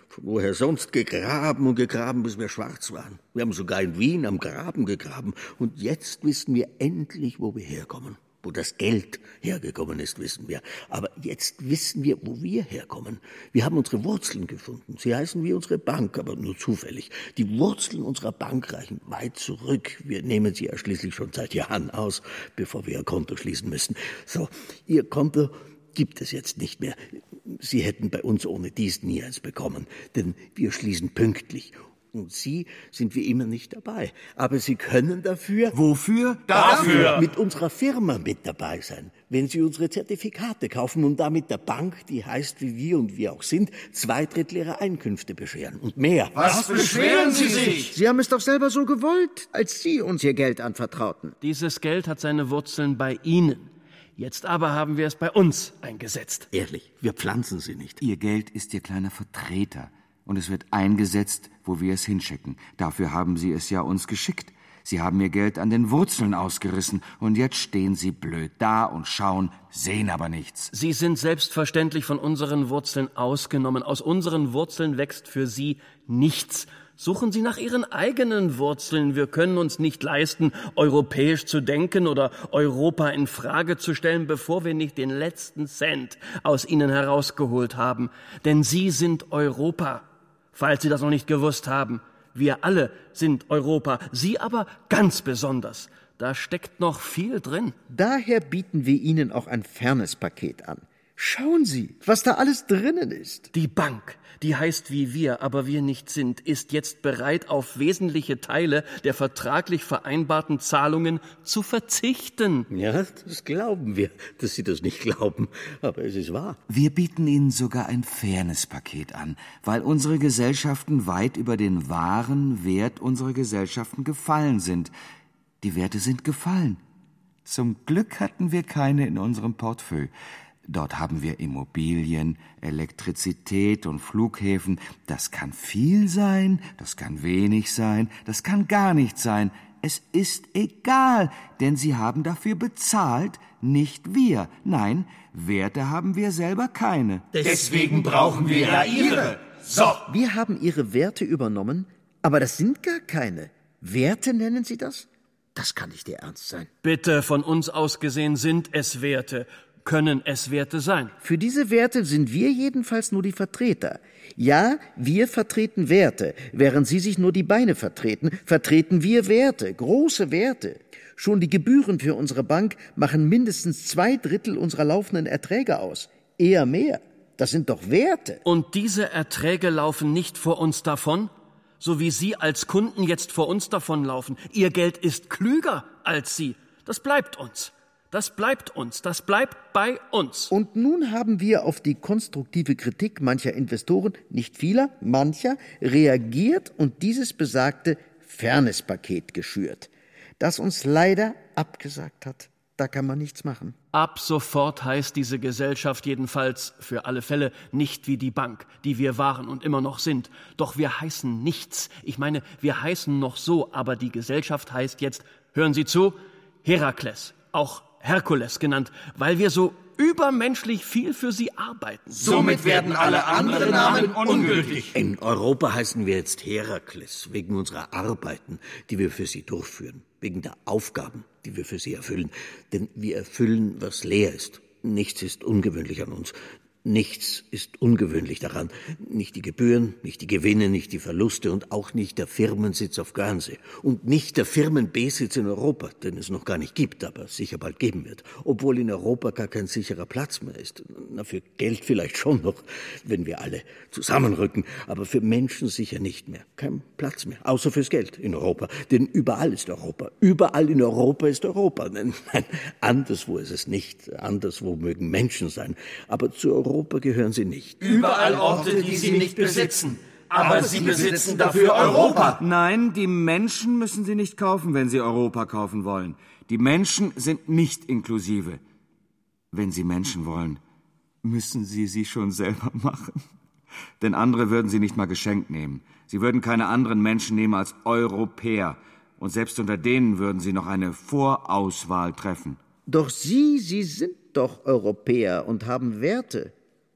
Von woher sonst? Gegraben und gegraben, bis wir schwarz waren. Wir haben sogar in Wien am Graben gegraben. Und jetzt wissen wir endlich, wo wir herkommen. Wo das Geld hergekommen ist, wissen wir. Aber jetzt wissen wir, wo wir herkommen. Wir haben unsere Wurzeln gefunden. Sie heißen wie unsere Bank, aber nur zufällig. Die Wurzeln unserer Bank reichen weit zurück. Wir nehmen sie ja schließlich schon seit Jahren aus, bevor wir ihr Konto schließen müssen. So, Ihr Konto gibt es jetzt nicht mehr. Sie hätten bei uns ohne dies nie eins bekommen, denn wir schließen pünktlich. Und Sie sind wie immer nicht dabei. Aber Sie können dafür... Wofür? Dafür! Mit unserer Firma mit dabei sein. Wenn Sie unsere Zertifikate kaufen und damit der Bank, die heißt wie wir und wir auch sind, 2/3 ihrer Einkünfte bescheren und mehr. Was beschweren Sie sich? Sie haben es doch selber so gewollt, als Sie uns Ihr Geld anvertrauten. Dieses Geld hat seine Wurzeln bei Ihnen. Jetzt aber haben wir es bei uns eingesetzt. Ehrlich, wir pflanzen sie nicht. Ihr Geld ist Ihr kleiner Vertreter. Und es wird eingesetzt, wo wir es hinschicken. Dafür haben Sie es ja uns geschickt. Sie haben Ihr Geld an den Wurzeln ausgerissen. Und jetzt stehen Sie blöd da und schauen, sehen aber nichts. Sie sind selbstverständlich von unseren Wurzeln ausgenommen. Aus unseren Wurzeln wächst für Sie nichts. Suchen Sie nach Ihren eigenen Wurzeln. Wir können uns nicht leisten, europäisch zu denken oder Europa in Frage zu stellen, bevor wir nicht den letzten Cent aus Ihnen herausgeholt haben. Denn Sie sind Europa, falls Sie das noch nicht gewusst haben. Wir alle sind Europa, Sie aber ganz besonders. Da steckt noch viel drin. Daher bieten wir Ihnen auch ein Fairness-Paket an. Schauen Sie, was da alles drinnen ist. Die Bank, die heißt wie wir, aber wir nicht sind, ist jetzt bereit, auf wesentliche Teile der vertraglich vereinbarten Zahlungen zu verzichten. Ja, das glauben wir, dass Sie das nicht glauben, aber es ist wahr. Wir bieten Ihnen sogar ein Fairness-Paket an, weil unsere Gesellschaften weit über den wahren Wert unserer Gesellschaften gefallen sind. Die Werte sind gefallen. Zum Glück hatten wir keine in unserem Portfolio. Dort haben wir Immobilien, Elektrizität und Flughäfen. Das kann viel sein, das kann wenig sein, das kann gar nicht sein. Es ist egal, denn Sie haben dafür bezahlt, nicht wir. Nein, Werte haben wir selber keine. Deswegen brauchen wir ja Ihre. So. Wir haben Ihre Werte übernommen, aber das sind gar keine. Werte nennen Sie das? Das kann nicht Ihr Ernst sein. Bitte, von uns aus gesehen sind es Werte. Können es Werte sein? Für diese Werte sind wir jedenfalls nur die Vertreter. Ja, wir vertreten Werte. Während Sie sich nur die Beine vertreten, vertreten wir Werte, große Werte. Schon die Gebühren für unsere Bank machen mindestens 2/3 unserer laufenden Erträge aus. Eher mehr. Das sind doch Werte. Und diese Erträge laufen nicht vor uns davon? So wie Sie als Kunden jetzt vor uns davonlaufen. Ihr Geld ist klüger als Sie. Das bleibt uns. Das bleibt uns, das bleibt bei uns. Und nun haben wir auf die konstruktive Kritik mancher Investoren, nicht vieler, mancher, reagiert und dieses besagte Fairness-Paket geschürt, das uns leider abgesagt hat. Da kann man nichts machen. Ab sofort heißt diese Gesellschaft jedenfalls für alle Fälle nicht wie die Bank, die wir waren und immer noch sind. Doch wir heißen nichts. Ich meine, wir heißen noch so, aber die Gesellschaft heißt jetzt, hören Sie zu, Herakles, auch Herkules genannt, weil wir so übermenschlich viel für sie arbeiten. Somit werden alle anderen Namen ungültig. In Europa heißen wir jetzt Herakles, wegen unserer Arbeiten, die wir für sie durchführen, wegen der Aufgaben, die wir für sie erfüllen. Denn wir erfüllen, was leer ist. Nichts ist ungewöhnlich an uns. Nichts ist ungewöhnlich daran. Nicht die Gebühren, nicht die Gewinne, nicht die Verluste und auch nicht der Firmensitz auf Guernsey. Und nicht der Firmen-B-Sitz in Europa, den es noch gar nicht gibt, aber sicher bald geben wird. Obwohl in Europa gar kein sicherer Platz mehr ist. Na, für Geld vielleicht schon noch, wenn wir alle zusammenrücken, aber für Menschen sicher nicht mehr. Kein Platz mehr, außer fürs Geld in Europa. Denn überall ist Europa. Überall in Europa ist Europa. Nein, anderswo ist es nicht. Anderswo mögen Menschen sein. Aber zu Europa gehören sie nicht. Überall Orte, die sie nicht besitzen. Aber sie besitzen dafür Europa. Nein, die Menschen müssen sie nicht kaufen, wenn sie Europa kaufen wollen. Die Menschen sind nicht inklusive. Wenn sie Menschen wollen, müssen sie schon selber machen. Denn andere würden sie nicht mal geschenkt nehmen. Sie würden keine anderen Menschen nehmen als Europäer. Und selbst unter denen würden sie noch eine Vorauswahl treffen. Doch Sie sind doch Europäer und haben Werte.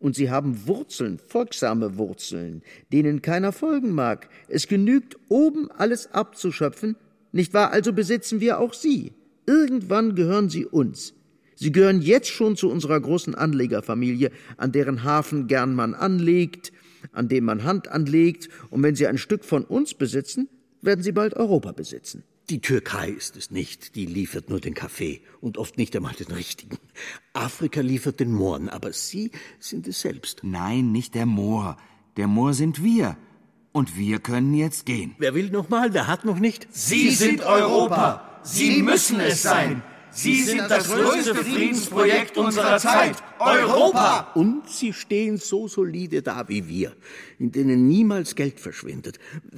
Und sie haben Wurzeln, folgsame Wurzeln, denen keiner folgen mag. Es genügt, oben alles abzuschöpfen, nicht wahr? Also besitzen wir auch sie. Irgendwann gehören sie uns. Sie gehören jetzt schon zu unserer großen Anlegerfamilie, an deren Hafen gern man anlegt, an dem man Hand anlegt. Und wenn sie ein Stück von uns besitzen, werden sie bald Europa besitzen. Die Türkei ist es nicht, die liefert nur den Kaffee und oft nicht einmal den richtigen. Afrika liefert den Mohren, aber Sie sind es selbst. Nein, nicht der Moor. Der Moor sind wir. Und wir können jetzt gehen. Wer will noch mal? Wer hat noch nicht? Sie sind Europa. Sie müssen es sein. Sie sind das größte Friedensprojekt unserer Zeit. Europa! Und Sie stehen so solide da wie wir, in denen niemals Geld verschwindet.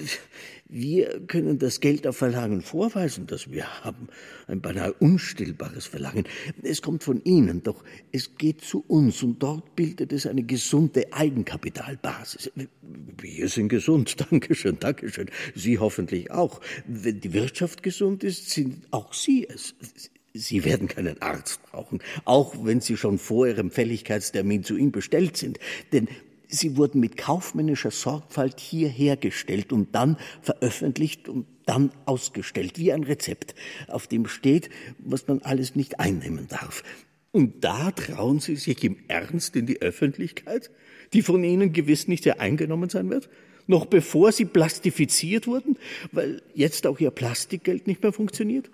Wir können das Geld auf Verlangen vorweisen, das wir haben. Ein beinahe unstillbares Verlangen. Es kommt von Ihnen, doch es geht zu uns und dort bildet es eine gesunde Eigenkapitalbasis. Wir sind gesund, Dankeschön, Dankeschön. Sie hoffentlich auch. Wenn die Wirtschaft gesund ist, sind auch Sie es. Sie werden keinen Arzt brauchen, auch wenn Sie schon vor Ihrem Fälligkeitstermin zu ihm bestellt sind. Denn Sie wurden mit kaufmännischer Sorgfalt hierher gestellt und dann veröffentlicht und dann ausgestellt, wie ein Rezept, auf dem steht, was man alles nicht einnehmen darf. Und da trauen Sie sich im Ernst in die Öffentlichkeit, die von Ihnen gewiss nicht sehr eingenommen sein wird? Noch bevor Sie plastifiziert wurden, weil jetzt auch Ihr Plastikgeld nicht mehr funktioniert?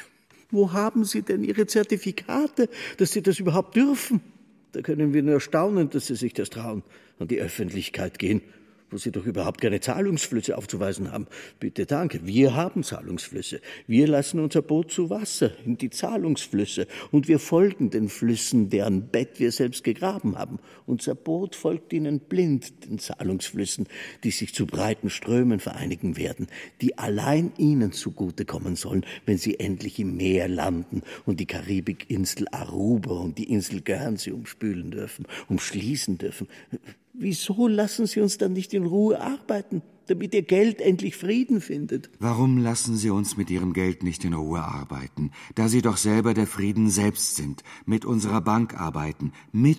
Wo haben Sie denn Ihre Zertifikate, dass Sie das überhaupt dürfen? Da können wir nur staunen, dass Sie sich das trauen, an die Öffentlichkeit gehen, wo Sie doch überhaupt keine Zahlungsflüsse aufzuweisen haben. Bitte, danke, wir haben Zahlungsflüsse. Wir lassen unser Boot zu Wasser, in die Zahlungsflüsse. Und wir folgen den Flüssen, deren Bett wir selbst gegraben haben. Unser Boot folgt ihnen blind, den Zahlungsflüssen, die sich zu breiten Strömen vereinigen werden, die allein ihnen zugutekommen sollen, wenn sie endlich im Meer landen und die Karibikinsel Aruba und die Insel Guernsey umspülen dürfen, umschließen dürfen. Wieso lassen Sie uns dann nicht in Ruhe arbeiten, damit Ihr Geld endlich Frieden findet? Warum lassen Sie uns mit Ihrem Geld nicht in Ruhe arbeiten, da Sie doch selber der Frieden selbst sind, mit unserer Bank arbeiten,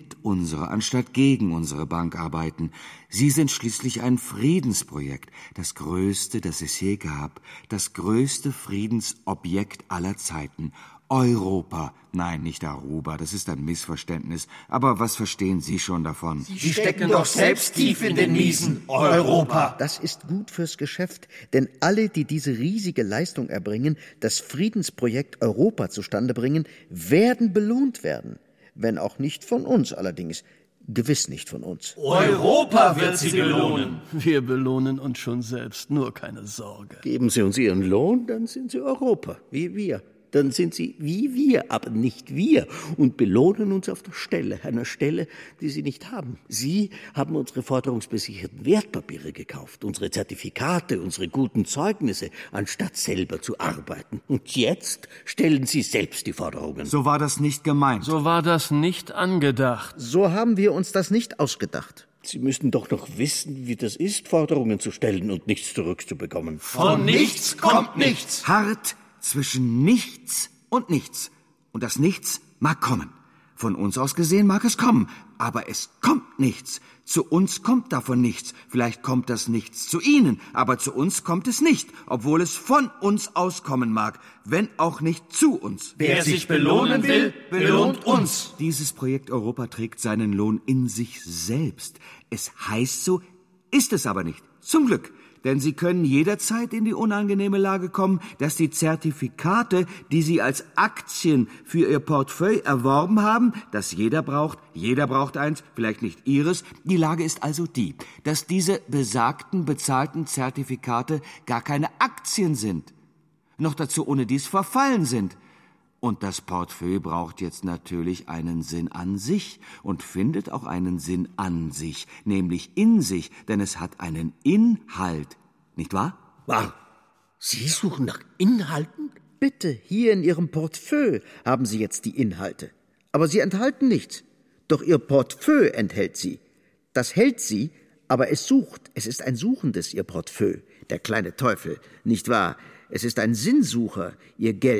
anstatt gegen unsere Bank arbeiten. Sie sind schließlich ein Friedensprojekt, das größte, das es je gab, das größte Friedensobjekt aller Zeiten. Europa. Nein, nicht Aruba, das ist ein Missverständnis. Aber was verstehen Sie schon davon? Sie stecken doch selbst tief in den Miesen. Europa. Das ist gut fürs Geschäft, denn alle, die diese riesige Leistung erbringen, das Friedensprojekt Europa zustande bringen, werden belohnt werden. Wenn auch nicht von uns allerdings. Gewiss nicht von uns. Europa wird Sie belohnen. Wir belohnen uns schon selbst, nur keine Sorge. Geben Sie uns Ihren Lohn, dann sind Sie Europa, wie wir. Dann sind Sie wie wir, aber nicht wir, und belohnen uns auf der Stelle, einer Stelle, die Sie nicht haben. Sie haben unsere forderungsbesicherten Wertpapiere gekauft, unsere Zertifikate, unsere guten Zeugnisse, anstatt selber zu arbeiten. Und jetzt stellen Sie selbst die Forderungen. So war das nicht gemeint. So war das nicht angedacht. So haben wir uns das nicht ausgedacht. Sie müssten doch noch wissen, wie das ist, Forderungen zu stellen und nichts zurückzubekommen. Von nichts kommt nichts. Hart zwischen nichts und nichts. Und das Nichts mag kommen. Von uns aus gesehen mag es kommen, aber es kommt nichts. Zu uns kommt davon nichts. Vielleicht kommt das Nichts zu Ihnen, aber zu uns kommt es nicht, obwohl es von uns auskommen mag, wenn auch nicht zu uns. Wer sich belohnen will, belohnt uns. Dieses Projekt Europa trägt seinen Lohn in sich selbst. Es heißt so, ist es aber nicht. Zum Glück. Denn Sie können jederzeit in die unangenehme Lage kommen, dass die Zertifikate, die Sie als Aktien für Ihr Portefeuille erworben haben, das jeder braucht eins, vielleicht nicht Ihres. Die Lage ist also die, dass diese besagten, bezahlten Zertifikate gar keine Aktien sind, noch dazu ohne dies verfallen sind. Und das Portefeuille braucht jetzt natürlich einen Sinn an sich und findet auch einen Sinn an sich, nämlich in sich, denn es hat einen Inhalt, nicht wahr? Wahr. Sie suchen nach Inhalten? Bitte, hier in Ihrem Portefeuille haben Sie jetzt die Inhalte. Aber sie enthalten nichts. Doch Ihr Portefeuille enthält sie. Das hält sie, aber es sucht. Es ist ein Suchendes, Ihr Portefeuille. Der kleine Teufel, nicht wahr? Es ist ein Sinnsucher, Ihr Geld.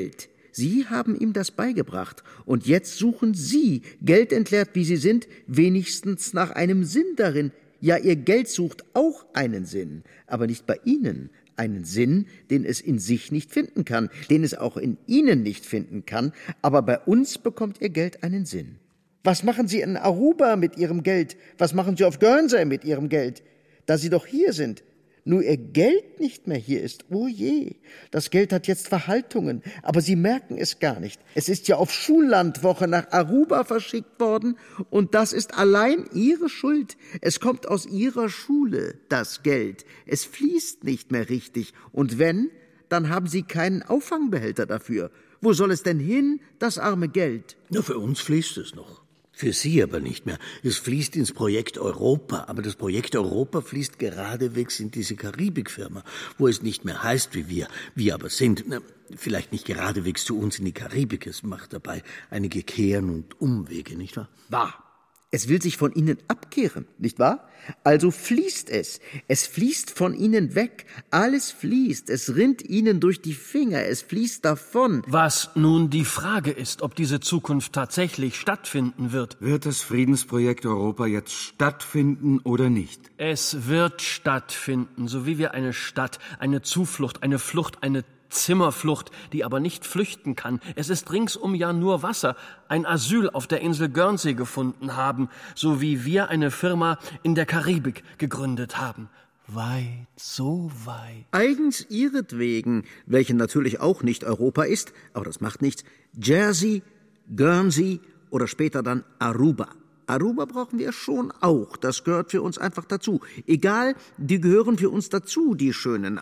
Sie haben ihm das beigebracht. Und jetzt suchen Sie, geldentleert wie Sie sind, wenigstens nach einem Sinn darin. Ja, Ihr Geld sucht auch einen Sinn, aber nicht bei Ihnen. Einen Sinn, den es in sich nicht finden kann, den es auch in Ihnen nicht finden kann, aber bei uns bekommt Ihr Geld einen Sinn. Was machen Sie in Aruba mit Ihrem Geld? Was machen Sie auf Guernsey mit Ihrem Geld? Da Sie doch hier sind. Nur Ihr Geld nicht mehr hier ist. Oh je, das Geld hat jetzt Verhaltungen, aber Sie merken es gar nicht. Es ist ja auf Schullandwoche nach Aruba verschickt worden und das ist allein Ihre Schuld. Es kommt aus Ihrer Schule, das Geld. Es fließt nicht mehr richtig und wenn, dann haben Sie keinen Auffangbehälter dafür. Wo soll es denn hin, das arme Geld? Na, für uns fließt es noch. Für Sie aber nicht mehr. Es fließt ins Projekt Europa, aber das Projekt Europa fließt geradewegs in diese Karibikfirma, wo es nicht mehr heißt wie wir. Wir aber sind, vielleicht nicht geradewegs zu uns in die Karibik, es macht dabei einige Kehren und Umwege, nicht wahr? Wahr. Es will sich von Ihnen abkehren, nicht wahr? Also fließt es. Es fließt von Ihnen weg. Alles fließt. Es rinnt Ihnen durch die Finger. Es fließt davon. Was nun die Frage ist, ob diese Zukunft tatsächlich stattfinden wird. Wird das Friedensprojekt Europa jetzt stattfinden oder nicht? Es wird stattfinden, so wie wir eine Stadt, eine Zuflucht, eine Flucht, eine Zimmerflucht, die aber nicht flüchten kann. Es ist ringsum ja nur Wasser, ein Asyl auf der Insel Guernsey gefunden haben, so wie wir eine Firma in der Karibik gegründet haben. Weit, so weit. Eigens ihretwegen, welche natürlich auch nicht Europa ist, aber das macht nichts, Jersey, Guernsey oder später dann Aruba. Aruba brauchen wir schon auch, das gehört für uns einfach dazu. Egal, die gehören für uns dazu, die schönen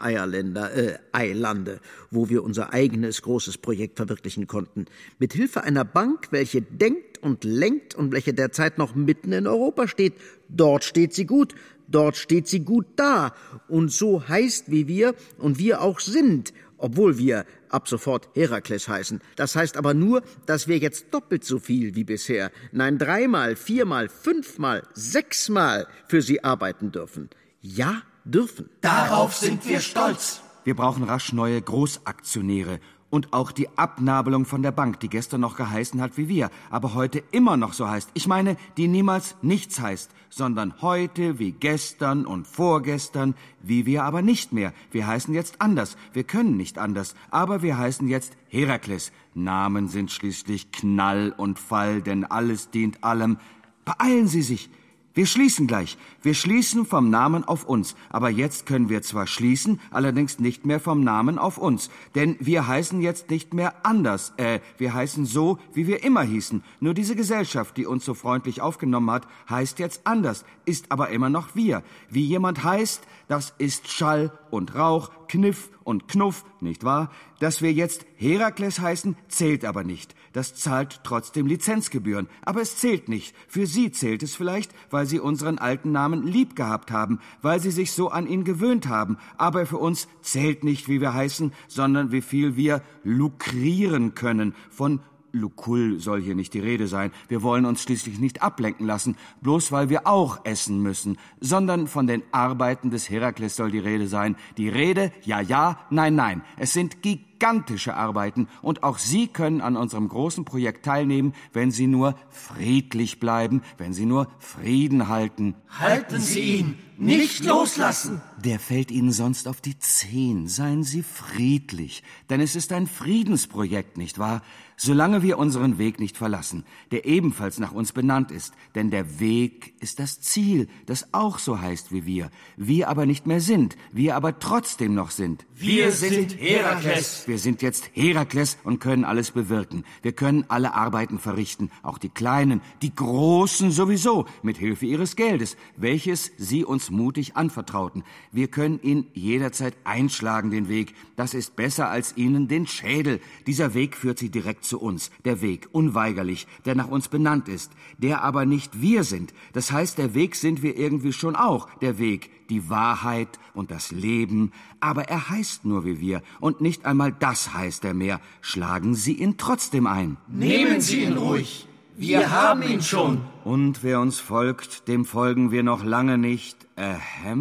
Eilande, wo wir unser eigenes großes Projekt verwirklichen konnten. Mit Hilfe einer Bank, welche denkt und lenkt und welche derzeit noch mitten in Europa steht. Dort steht sie gut da und so heißt wie wir und wir auch sind, obwohl wir ab sofort Herakles heißen. Das heißt aber nur, dass wir jetzt doppelt so viel wie bisher, nein 3-mal, 4-mal, 5-mal, 6-mal für sie arbeiten dürfen. Ja, dürfen. Darauf sind wir stolz. Wir brauchen rasch neue Großaktionäre und auch die Abnabelung von der Bank, die gestern noch geheißen hat wie wir, aber heute immer noch so heißt. Ich meine, die niemals nichts heißt, sondern heute wie gestern und vorgestern, wie wir aber nicht mehr. Wir heißen jetzt anders, wir können nicht anders, aber wir heißen jetzt Herakles. Namen sind schließlich Knall und Fall, denn alles dient allem. Beeilen Sie sich! Wir schließen gleich. Wir schließen vom Namen auf uns. Aber jetzt können wir zwar schließen, allerdings nicht mehr vom Namen auf uns. Denn wir heißen jetzt nicht mehr anders. Wir heißen so, wie wir immer hießen. Nur diese Gesellschaft, die uns so freundlich aufgenommen hat, heißt jetzt anders, ist aber immer noch wir. Wie jemand heißt, das ist Schall und Rauch, Kniff und Knuff, nicht wahr? Dass wir jetzt Herakles heißen, zählt aber nicht. Das zahlt trotzdem Lizenzgebühren. Aber es zählt nicht. Für Sie zählt es vielleicht, weil Sie unseren alten Namen lieb gehabt haben, weil Sie sich so an ihn gewöhnt haben. Aber für uns zählt nicht, wie wir heißen, sondern wie viel wir lukrieren können. Von Lukul soll hier nicht die Rede sein. Wir wollen uns schließlich nicht ablenken lassen, bloß weil wir auch essen müssen, sondern von den Arbeiten des Herakles soll die Rede sein. Die Rede, ja, nein, nein. Es sind gigantische Arbeiten und auch Sie können an unserem großen Projekt teilnehmen, wenn Sie nur friedlich bleiben, wenn Sie nur Frieden halten. Halten Sie ihn, nicht loslassen! Der fällt Ihnen sonst auf die Zehen. Seien Sie friedlich, denn es ist ein Friedensprojekt, nicht wahr? Solange wir unseren Weg nicht verlassen, der ebenfalls nach uns benannt ist, denn der Weg ist das Ziel, das auch so heißt wie wir aber nicht mehr sind, wir aber trotzdem noch sind. Wir sind Herakles. Wir sind jetzt Herakles und können alles bewirken. Wir können alle Arbeiten verrichten, auch die kleinen, die großen sowieso, mit Hilfe Ihres Geldes, welches Sie uns mutig anvertrauten. Wir können ihn jederzeit einschlagen, den Weg. Das ist besser als Ihnen den Schädel. Dieser Weg führt Sie direkt zu uns. Der Weg, unweigerlich, der nach uns benannt ist, der aber nicht wir sind. Das heißt, der Weg sind wir irgendwie schon auch. Der Weg, die Wahrheit und das Leben. Aber er heißt nur wie wir. Und nicht einmal das heißt er mehr. Schlagen Sie ihn trotzdem ein. Nehmen Sie ihn ruhig. Wir haben ihn schon. Und wer uns folgt, dem folgen wir noch lange nicht.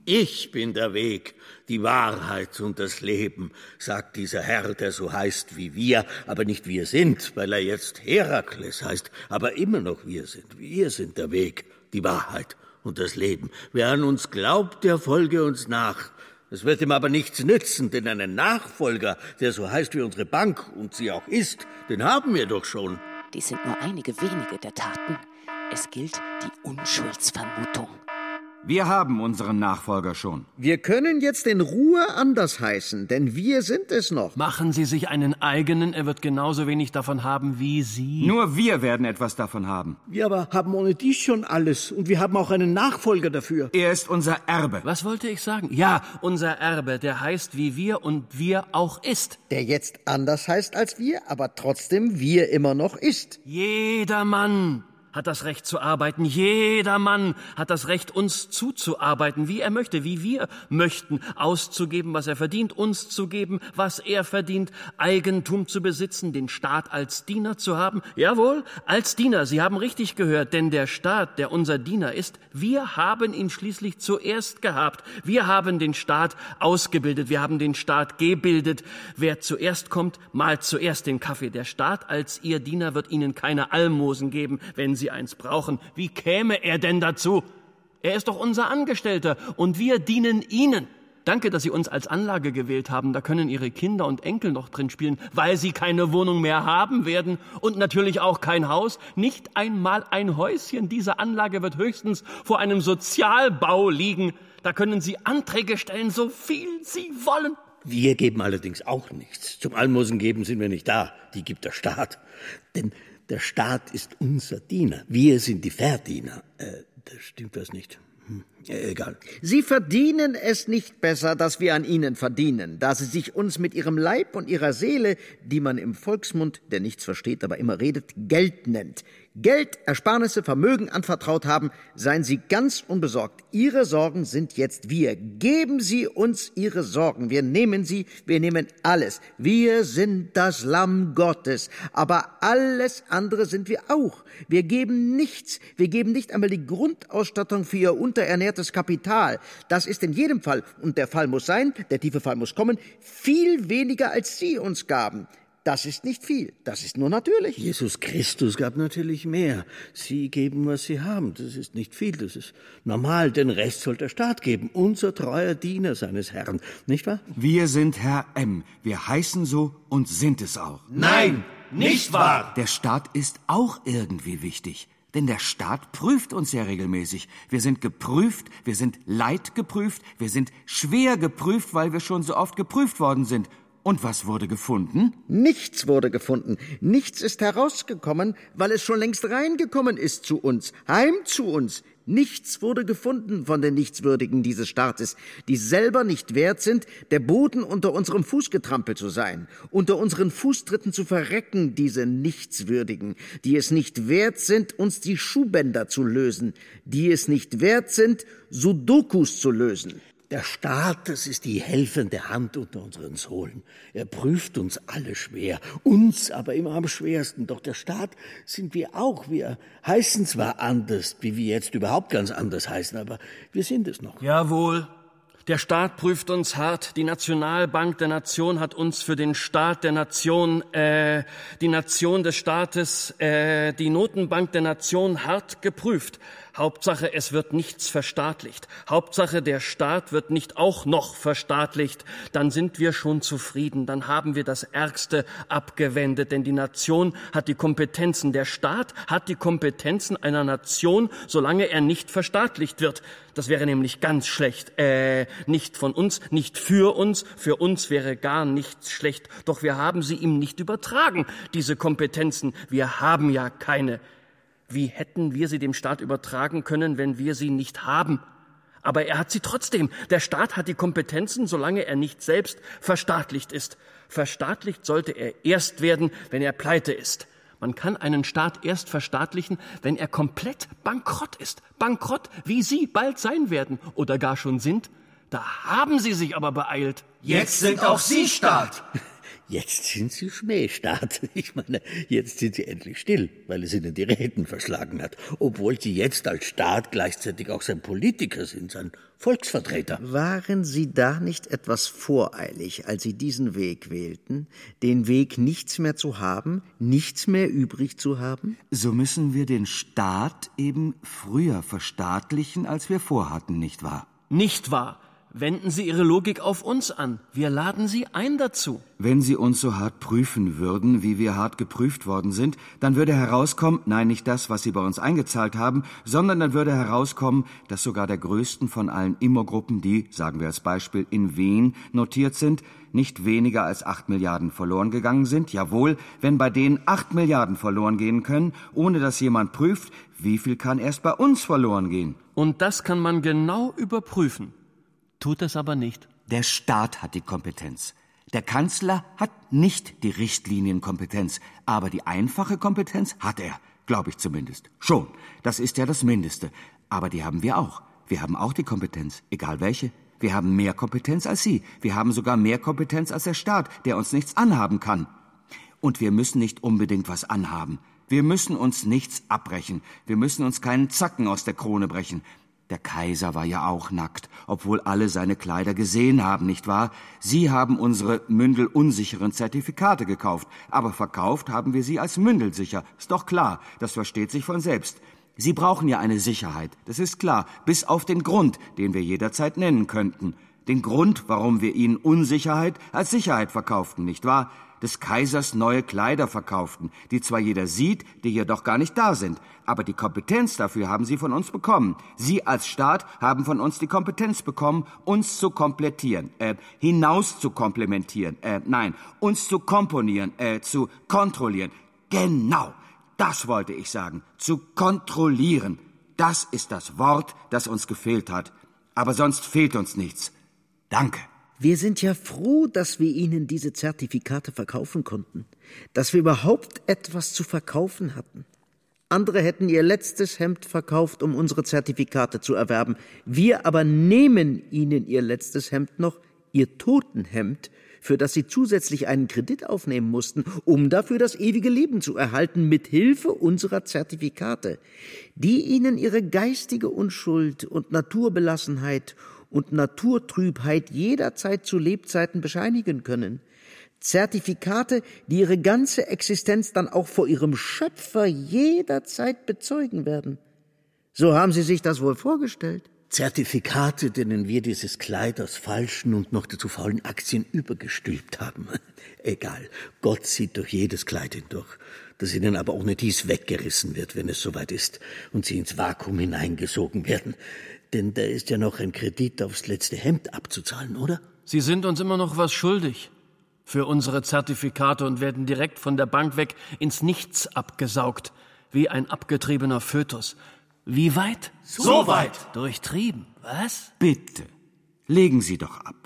Ich bin der Weg, die Wahrheit und das Leben, sagt dieser Herr, der so heißt wie wir, aber nicht wir sind, weil er jetzt Herakles heißt, aber immer noch wir sind. Wir sind der Weg, die Wahrheit und das Leben. Wer an uns glaubt, der folge uns nach. Es wird ihm aber nichts nützen, denn einen Nachfolger, der so heißt wie unsere Bank und sie auch ist, den haben wir doch schon. Dies sind nur einige wenige der Taten. Es gilt die Unschuldsvermutung. Wir haben unseren Nachfolger schon. Wir können jetzt in Ruhe anders heißen, denn wir sind es noch. Machen Sie sich einen eigenen, er wird genauso wenig davon haben wie Sie. Nur wir werden etwas davon haben. Wir aber haben ohne dies schon alles und wir haben auch einen Nachfolger dafür. Er ist unser Erbe. Was wollte ich sagen? Ja, unser Erbe, der heißt wie wir und wir auch ist. Der jetzt anders heißt als wir, aber trotzdem wir immer noch ist. Jeder Mann hat das Recht zu arbeiten. Jeder Mann hat das Recht, uns zuzuarbeiten, wie er möchte, wie wir möchten, auszugeben, was er verdient, uns zu geben, was er verdient, Eigentum zu besitzen, den Staat als Diener zu haben. Jawohl, als Diener, Sie haben richtig gehört, denn der Staat, der unser Diener ist, wir haben ihn schließlich zuerst gehabt. Wir haben den Staat ausgebildet, wir haben den Staat gebildet. Wer zuerst kommt, mahlt zuerst den Kaffee. Der Staat als Ihr Diener wird Ihnen keine Almosen geben, wenn Sie eins brauchen. Wie käme er denn dazu? Er ist doch unser Angestellter und wir dienen Ihnen. Danke, dass Sie uns als Anlage gewählt haben. Da können Ihre Kinder und Enkel noch drin spielen, weil sie keine Wohnung mehr haben werden und natürlich auch kein Haus. Nicht einmal ein Häuschen. Diese Anlage wird höchstens vor einem Sozialbau liegen. Da können Sie Anträge stellen, so viel Sie wollen. Wir geben allerdings auch nichts. Zum Almosen geben sind wir nicht da. Die gibt der Staat. Denn der Staat ist unser Diener. Wir sind die Verdiener. Da stimmt was nicht. Egal. Sie verdienen es nicht besser, dass wir an ihnen verdienen, da sie sich uns mit ihrem Leib und ihrer Seele, die man im Volksmund, der nichts versteht, aber immer redet, Geld nennt. Geld, Ersparnisse, Vermögen anvertraut haben, seien Sie ganz unbesorgt. Ihre Sorgen sind jetzt wir. Geben Sie uns Ihre Sorgen. Wir nehmen sie, wir nehmen alles. Wir sind das Lamm Gottes. Aber alles andere sind wir auch. Wir geben nichts. Wir geben nicht einmal die Grundausstattung für Ihr unterernährtes Kapital. Das ist in jedem Fall, und der Fall muss sein, der tiefe Fall muss kommen, viel weniger als Sie uns gaben. Das ist nicht viel, das ist nur natürlich. Jesus Christus gab natürlich mehr. Sie geben, was Sie haben. Das ist nicht viel, das ist normal. Den Rest soll der Staat geben. Unser treuer Diener seines Herrn, nicht wahr? Wir sind Herr M. Wir heißen so und sind es auch. Nein, nicht wahr! Der Staat ist auch irgendwie wichtig. Denn der Staat prüft uns ja regelmäßig. Wir sind geprüft, wir sind leidgeprüft, wir sind schwer geprüft, weil wir schon so oft geprüft worden sind. Und was wurde gefunden? Nichts wurde gefunden. Nichts ist herausgekommen, weil es schon längst reingekommen ist zu uns, heim zu uns. Nichts wurde gefunden von den Nichtswürdigen dieses Staates, die selber nicht wert sind, der Boden unter unserem Fuß getrampelt zu sein, unter unseren Fußtritten zu verrecken, diese Nichtswürdigen, die es nicht wert sind, uns die Schuhbänder zu lösen, die es nicht wert sind, Sudokus zu lösen. Der Staat, das ist die helfende Hand unter unseren Sohlen. Er prüft uns alle schwer, uns aber immer am schwersten. Doch der Staat sind wir auch. Wir heißen zwar anders, wie wir jetzt überhaupt ganz anders heißen, aber wir sind es noch. Jawohl. Der Staat prüft uns hart. Die Nationalbank der Nation hat uns für den Staat der Nation, die Nation des Staates, die Notenbank der Nation hart geprüft. Hauptsache, es wird nichts verstaatlicht. Hauptsache, der Staat wird nicht auch noch verstaatlicht. Dann sind wir schon zufrieden. Dann haben wir das Ärgste abgewendet. Denn die Nation hat die Kompetenzen. Der Staat hat die Kompetenzen einer Nation, solange er nicht verstaatlicht wird. Das wäre nämlich ganz schlecht. Nicht von uns, nicht für uns. Für uns wäre gar nichts schlecht. Doch wir haben sie ihm nicht übertragen, diese Kompetenzen. Wir haben ja keine. Wie hätten wir sie dem Staat übertragen können, wenn wir sie nicht haben? Aber er hat sie trotzdem. Der Staat hat die Kompetenzen, solange er nicht selbst verstaatlicht ist. Verstaatlicht sollte er erst werden, wenn er pleite ist. Man kann einen Staat erst verstaatlichen, wenn er komplett bankrott ist. Bankrott, wie Sie bald sein werden oder gar schon sind. Da haben Sie sich aber beeilt. Jetzt sind auch Sie Staat. jetzt sind Sie Schmähstaat. Ich meine, jetzt sind Sie endlich still, weil es Ihnen die Reden verschlagen hat. Obwohl Sie jetzt als Staat gleichzeitig auch sein Politiker sind, sein Volksvertreter. Waren Sie da nicht etwas voreilig, als Sie diesen Weg wählten? Den Weg, nichts mehr zu haben, nichts mehr übrig zu haben? So müssen wir den Staat eben früher verstaatlichen, als wir vorhatten, nicht wahr? Nicht wahr? Wenden Sie Ihre Logik auf uns an. Wir laden Sie ein dazu. Wenn Sie uns so hart prüfen würden, wie wir hart geprüft worden sind, dann würde herauskommen, nein, nicht das, was Sie bei uns eingezahlt haben, sondern dann würde herauskommen, dass sogar der größten von allen Immogruppen, die, sagen wir als Beispiel, in Wien notiert sind, nicht weniger als 8 Milliarden verloren gegangen sind. Jawohl, wenn bei denen 8 Milliarden verloren gehen können, ohne dass jemand prüft, wie viel kann erst bei uns verloren gehen? Und das kann man genau überprüfen. Tut es aber nicht. Der Staat hat die Kompetenz. Der Kanzler hat nicht die Richtlinienkompetenz, aber die einfache Kompetenz hat er, glaube ich zumindest. Schon, das ist ja das Mindeste. Aber die haben wir auch. Wir haben auch die Kompetenz, egal welche. Wir haben mehr Kompetenz als Sie. Wir haben sogar mehr Kompetenz als der Staat, der uns nichts anhaben kann. Und wir müssen nicht unbedingt was anhaben. Wir müssen uns nichts abbrechen. Wir müssen uns keinen Zacken aus der Krone brechen. Der Kaiser war ja auch nackt, obwohl alle seine Kleider gesehen haben, nicht wahr? Sie haben unsere mündelunsicheren Zertifikate gekauft, aber verkauft haben wir sie als mündelsicher. Ist doch klar, das versteht sich von selbst. Sie brauchen ja eine Sicherheit, das ist klar, bis auf den Grund, den wir jederzeit nennen könnten. Den Grund, warum wir ihnen Unsicherheit als Sicherheit verkauften, nicht wahr? Des Kaisers neue Kleider verkauften, die zwar jeder sieht, die jedoch gar nicht da sind. Aber die Kompetenz dafür haben sie von uns bekommen. Sie als Staat haben von uns die Kompetenz bekommen, uns zu komplettieren, hinaus zu komplementieren, uns zu komponieren, zu kontrollieren. Genau, das wollte ich sagen, zu kontrollieren. Das ist das Wort, das uns gefehlt hat. Aber sonst fehlt uns nichts. Danke. Wir sind ja froh, dass wir Ihnen diese Zertifikate verkaufen konnten, dass wir überhaupt etwas zu verkaufen hatten. Andere hätten ihr letztes Hemd verkauft, um unsere Zertifikate zu erwerben. Wir aber nehmen Ihnen Ihr letztes Hemd noch, Ihr Totenhemd, für das Sie zusätzlich einen Kredit aufnehmen mussten, um dafür das ewige Leben zu erhalten, mit Hilfe unserer Zertifikate, die Ihnen Ihre geistige Unschuld und Naturbelassenheit und Naturtrübheit jederzeit zu Lebzeiten bescheinigen können. Zertifikate, die ihre ganze Existenz dann auch vor ihrem Schöpfer jederzeit bezeugen werden. So haben Sie sich das wohl vorgestellt? Zertifikate, denen wir dieses Kleid aus falschen und noch dazu faulen Aktien übergestülpt haben. Egal, Gott sieht durch jedes Kleid hindurch, das Ihnen aber ohne dies weggerissen wird, wenn es soweit ist und Sie ins Vakuum hineingesogen werden. Denn da ist ja noch ein Kredit aufs letzte Hemd abzuzahlen, oder? Sie sind uns immer noch was schuldig für unsere Zertifikate und werden direkt von der Bank weg ins Nichts abgesaugt, wie ein abgetriebener Fötus. Wie weit? So weit. Durchtrieben, was? Bitte, legen Sie doch ab.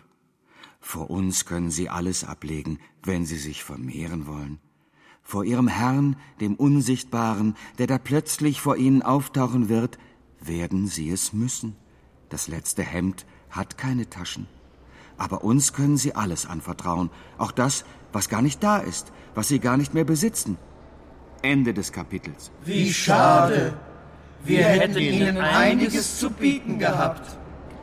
Vor uns können Sie alles ablegen, wenn Sie sich vermehren wollen. Vor Ihrem Herrn, dem Unsichtbaren, der da plötzlich vor Ihnen auftauchen wird, werden Sie es müssen. Das letzte Hemd hat keine Taschen. Aber uns können Sie alles anvertrauen, auch das, was gar nicht da ist, was Sie gar nicht mehr besitzen. Ende des Kapitels. Wie schade! Wir hätten Ihnen einiges zu bieten gehabt.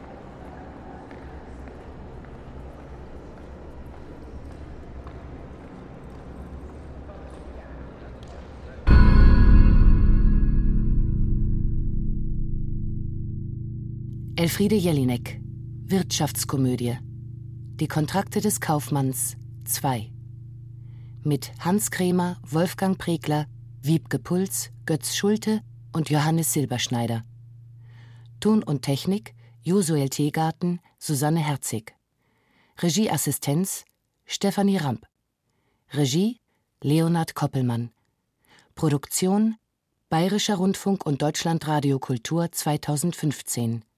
Elfriede Jelinek, Wirtschaftskomödie. Die Kontrakte des Kaufmanns 2. Mit Hans Kremer, Wolfgang Pregler, Wiebke Puls, Götz Schulte und Johannes Silberschneider. Ton und Technik Josuel Teegarten, Susanne Herzig. Regieassistenz Stefanie Ramp. Regie Leonhard Koppelmann. Produktion Bayerischer Rundfunk und Deutschlandradio Kultur 2015.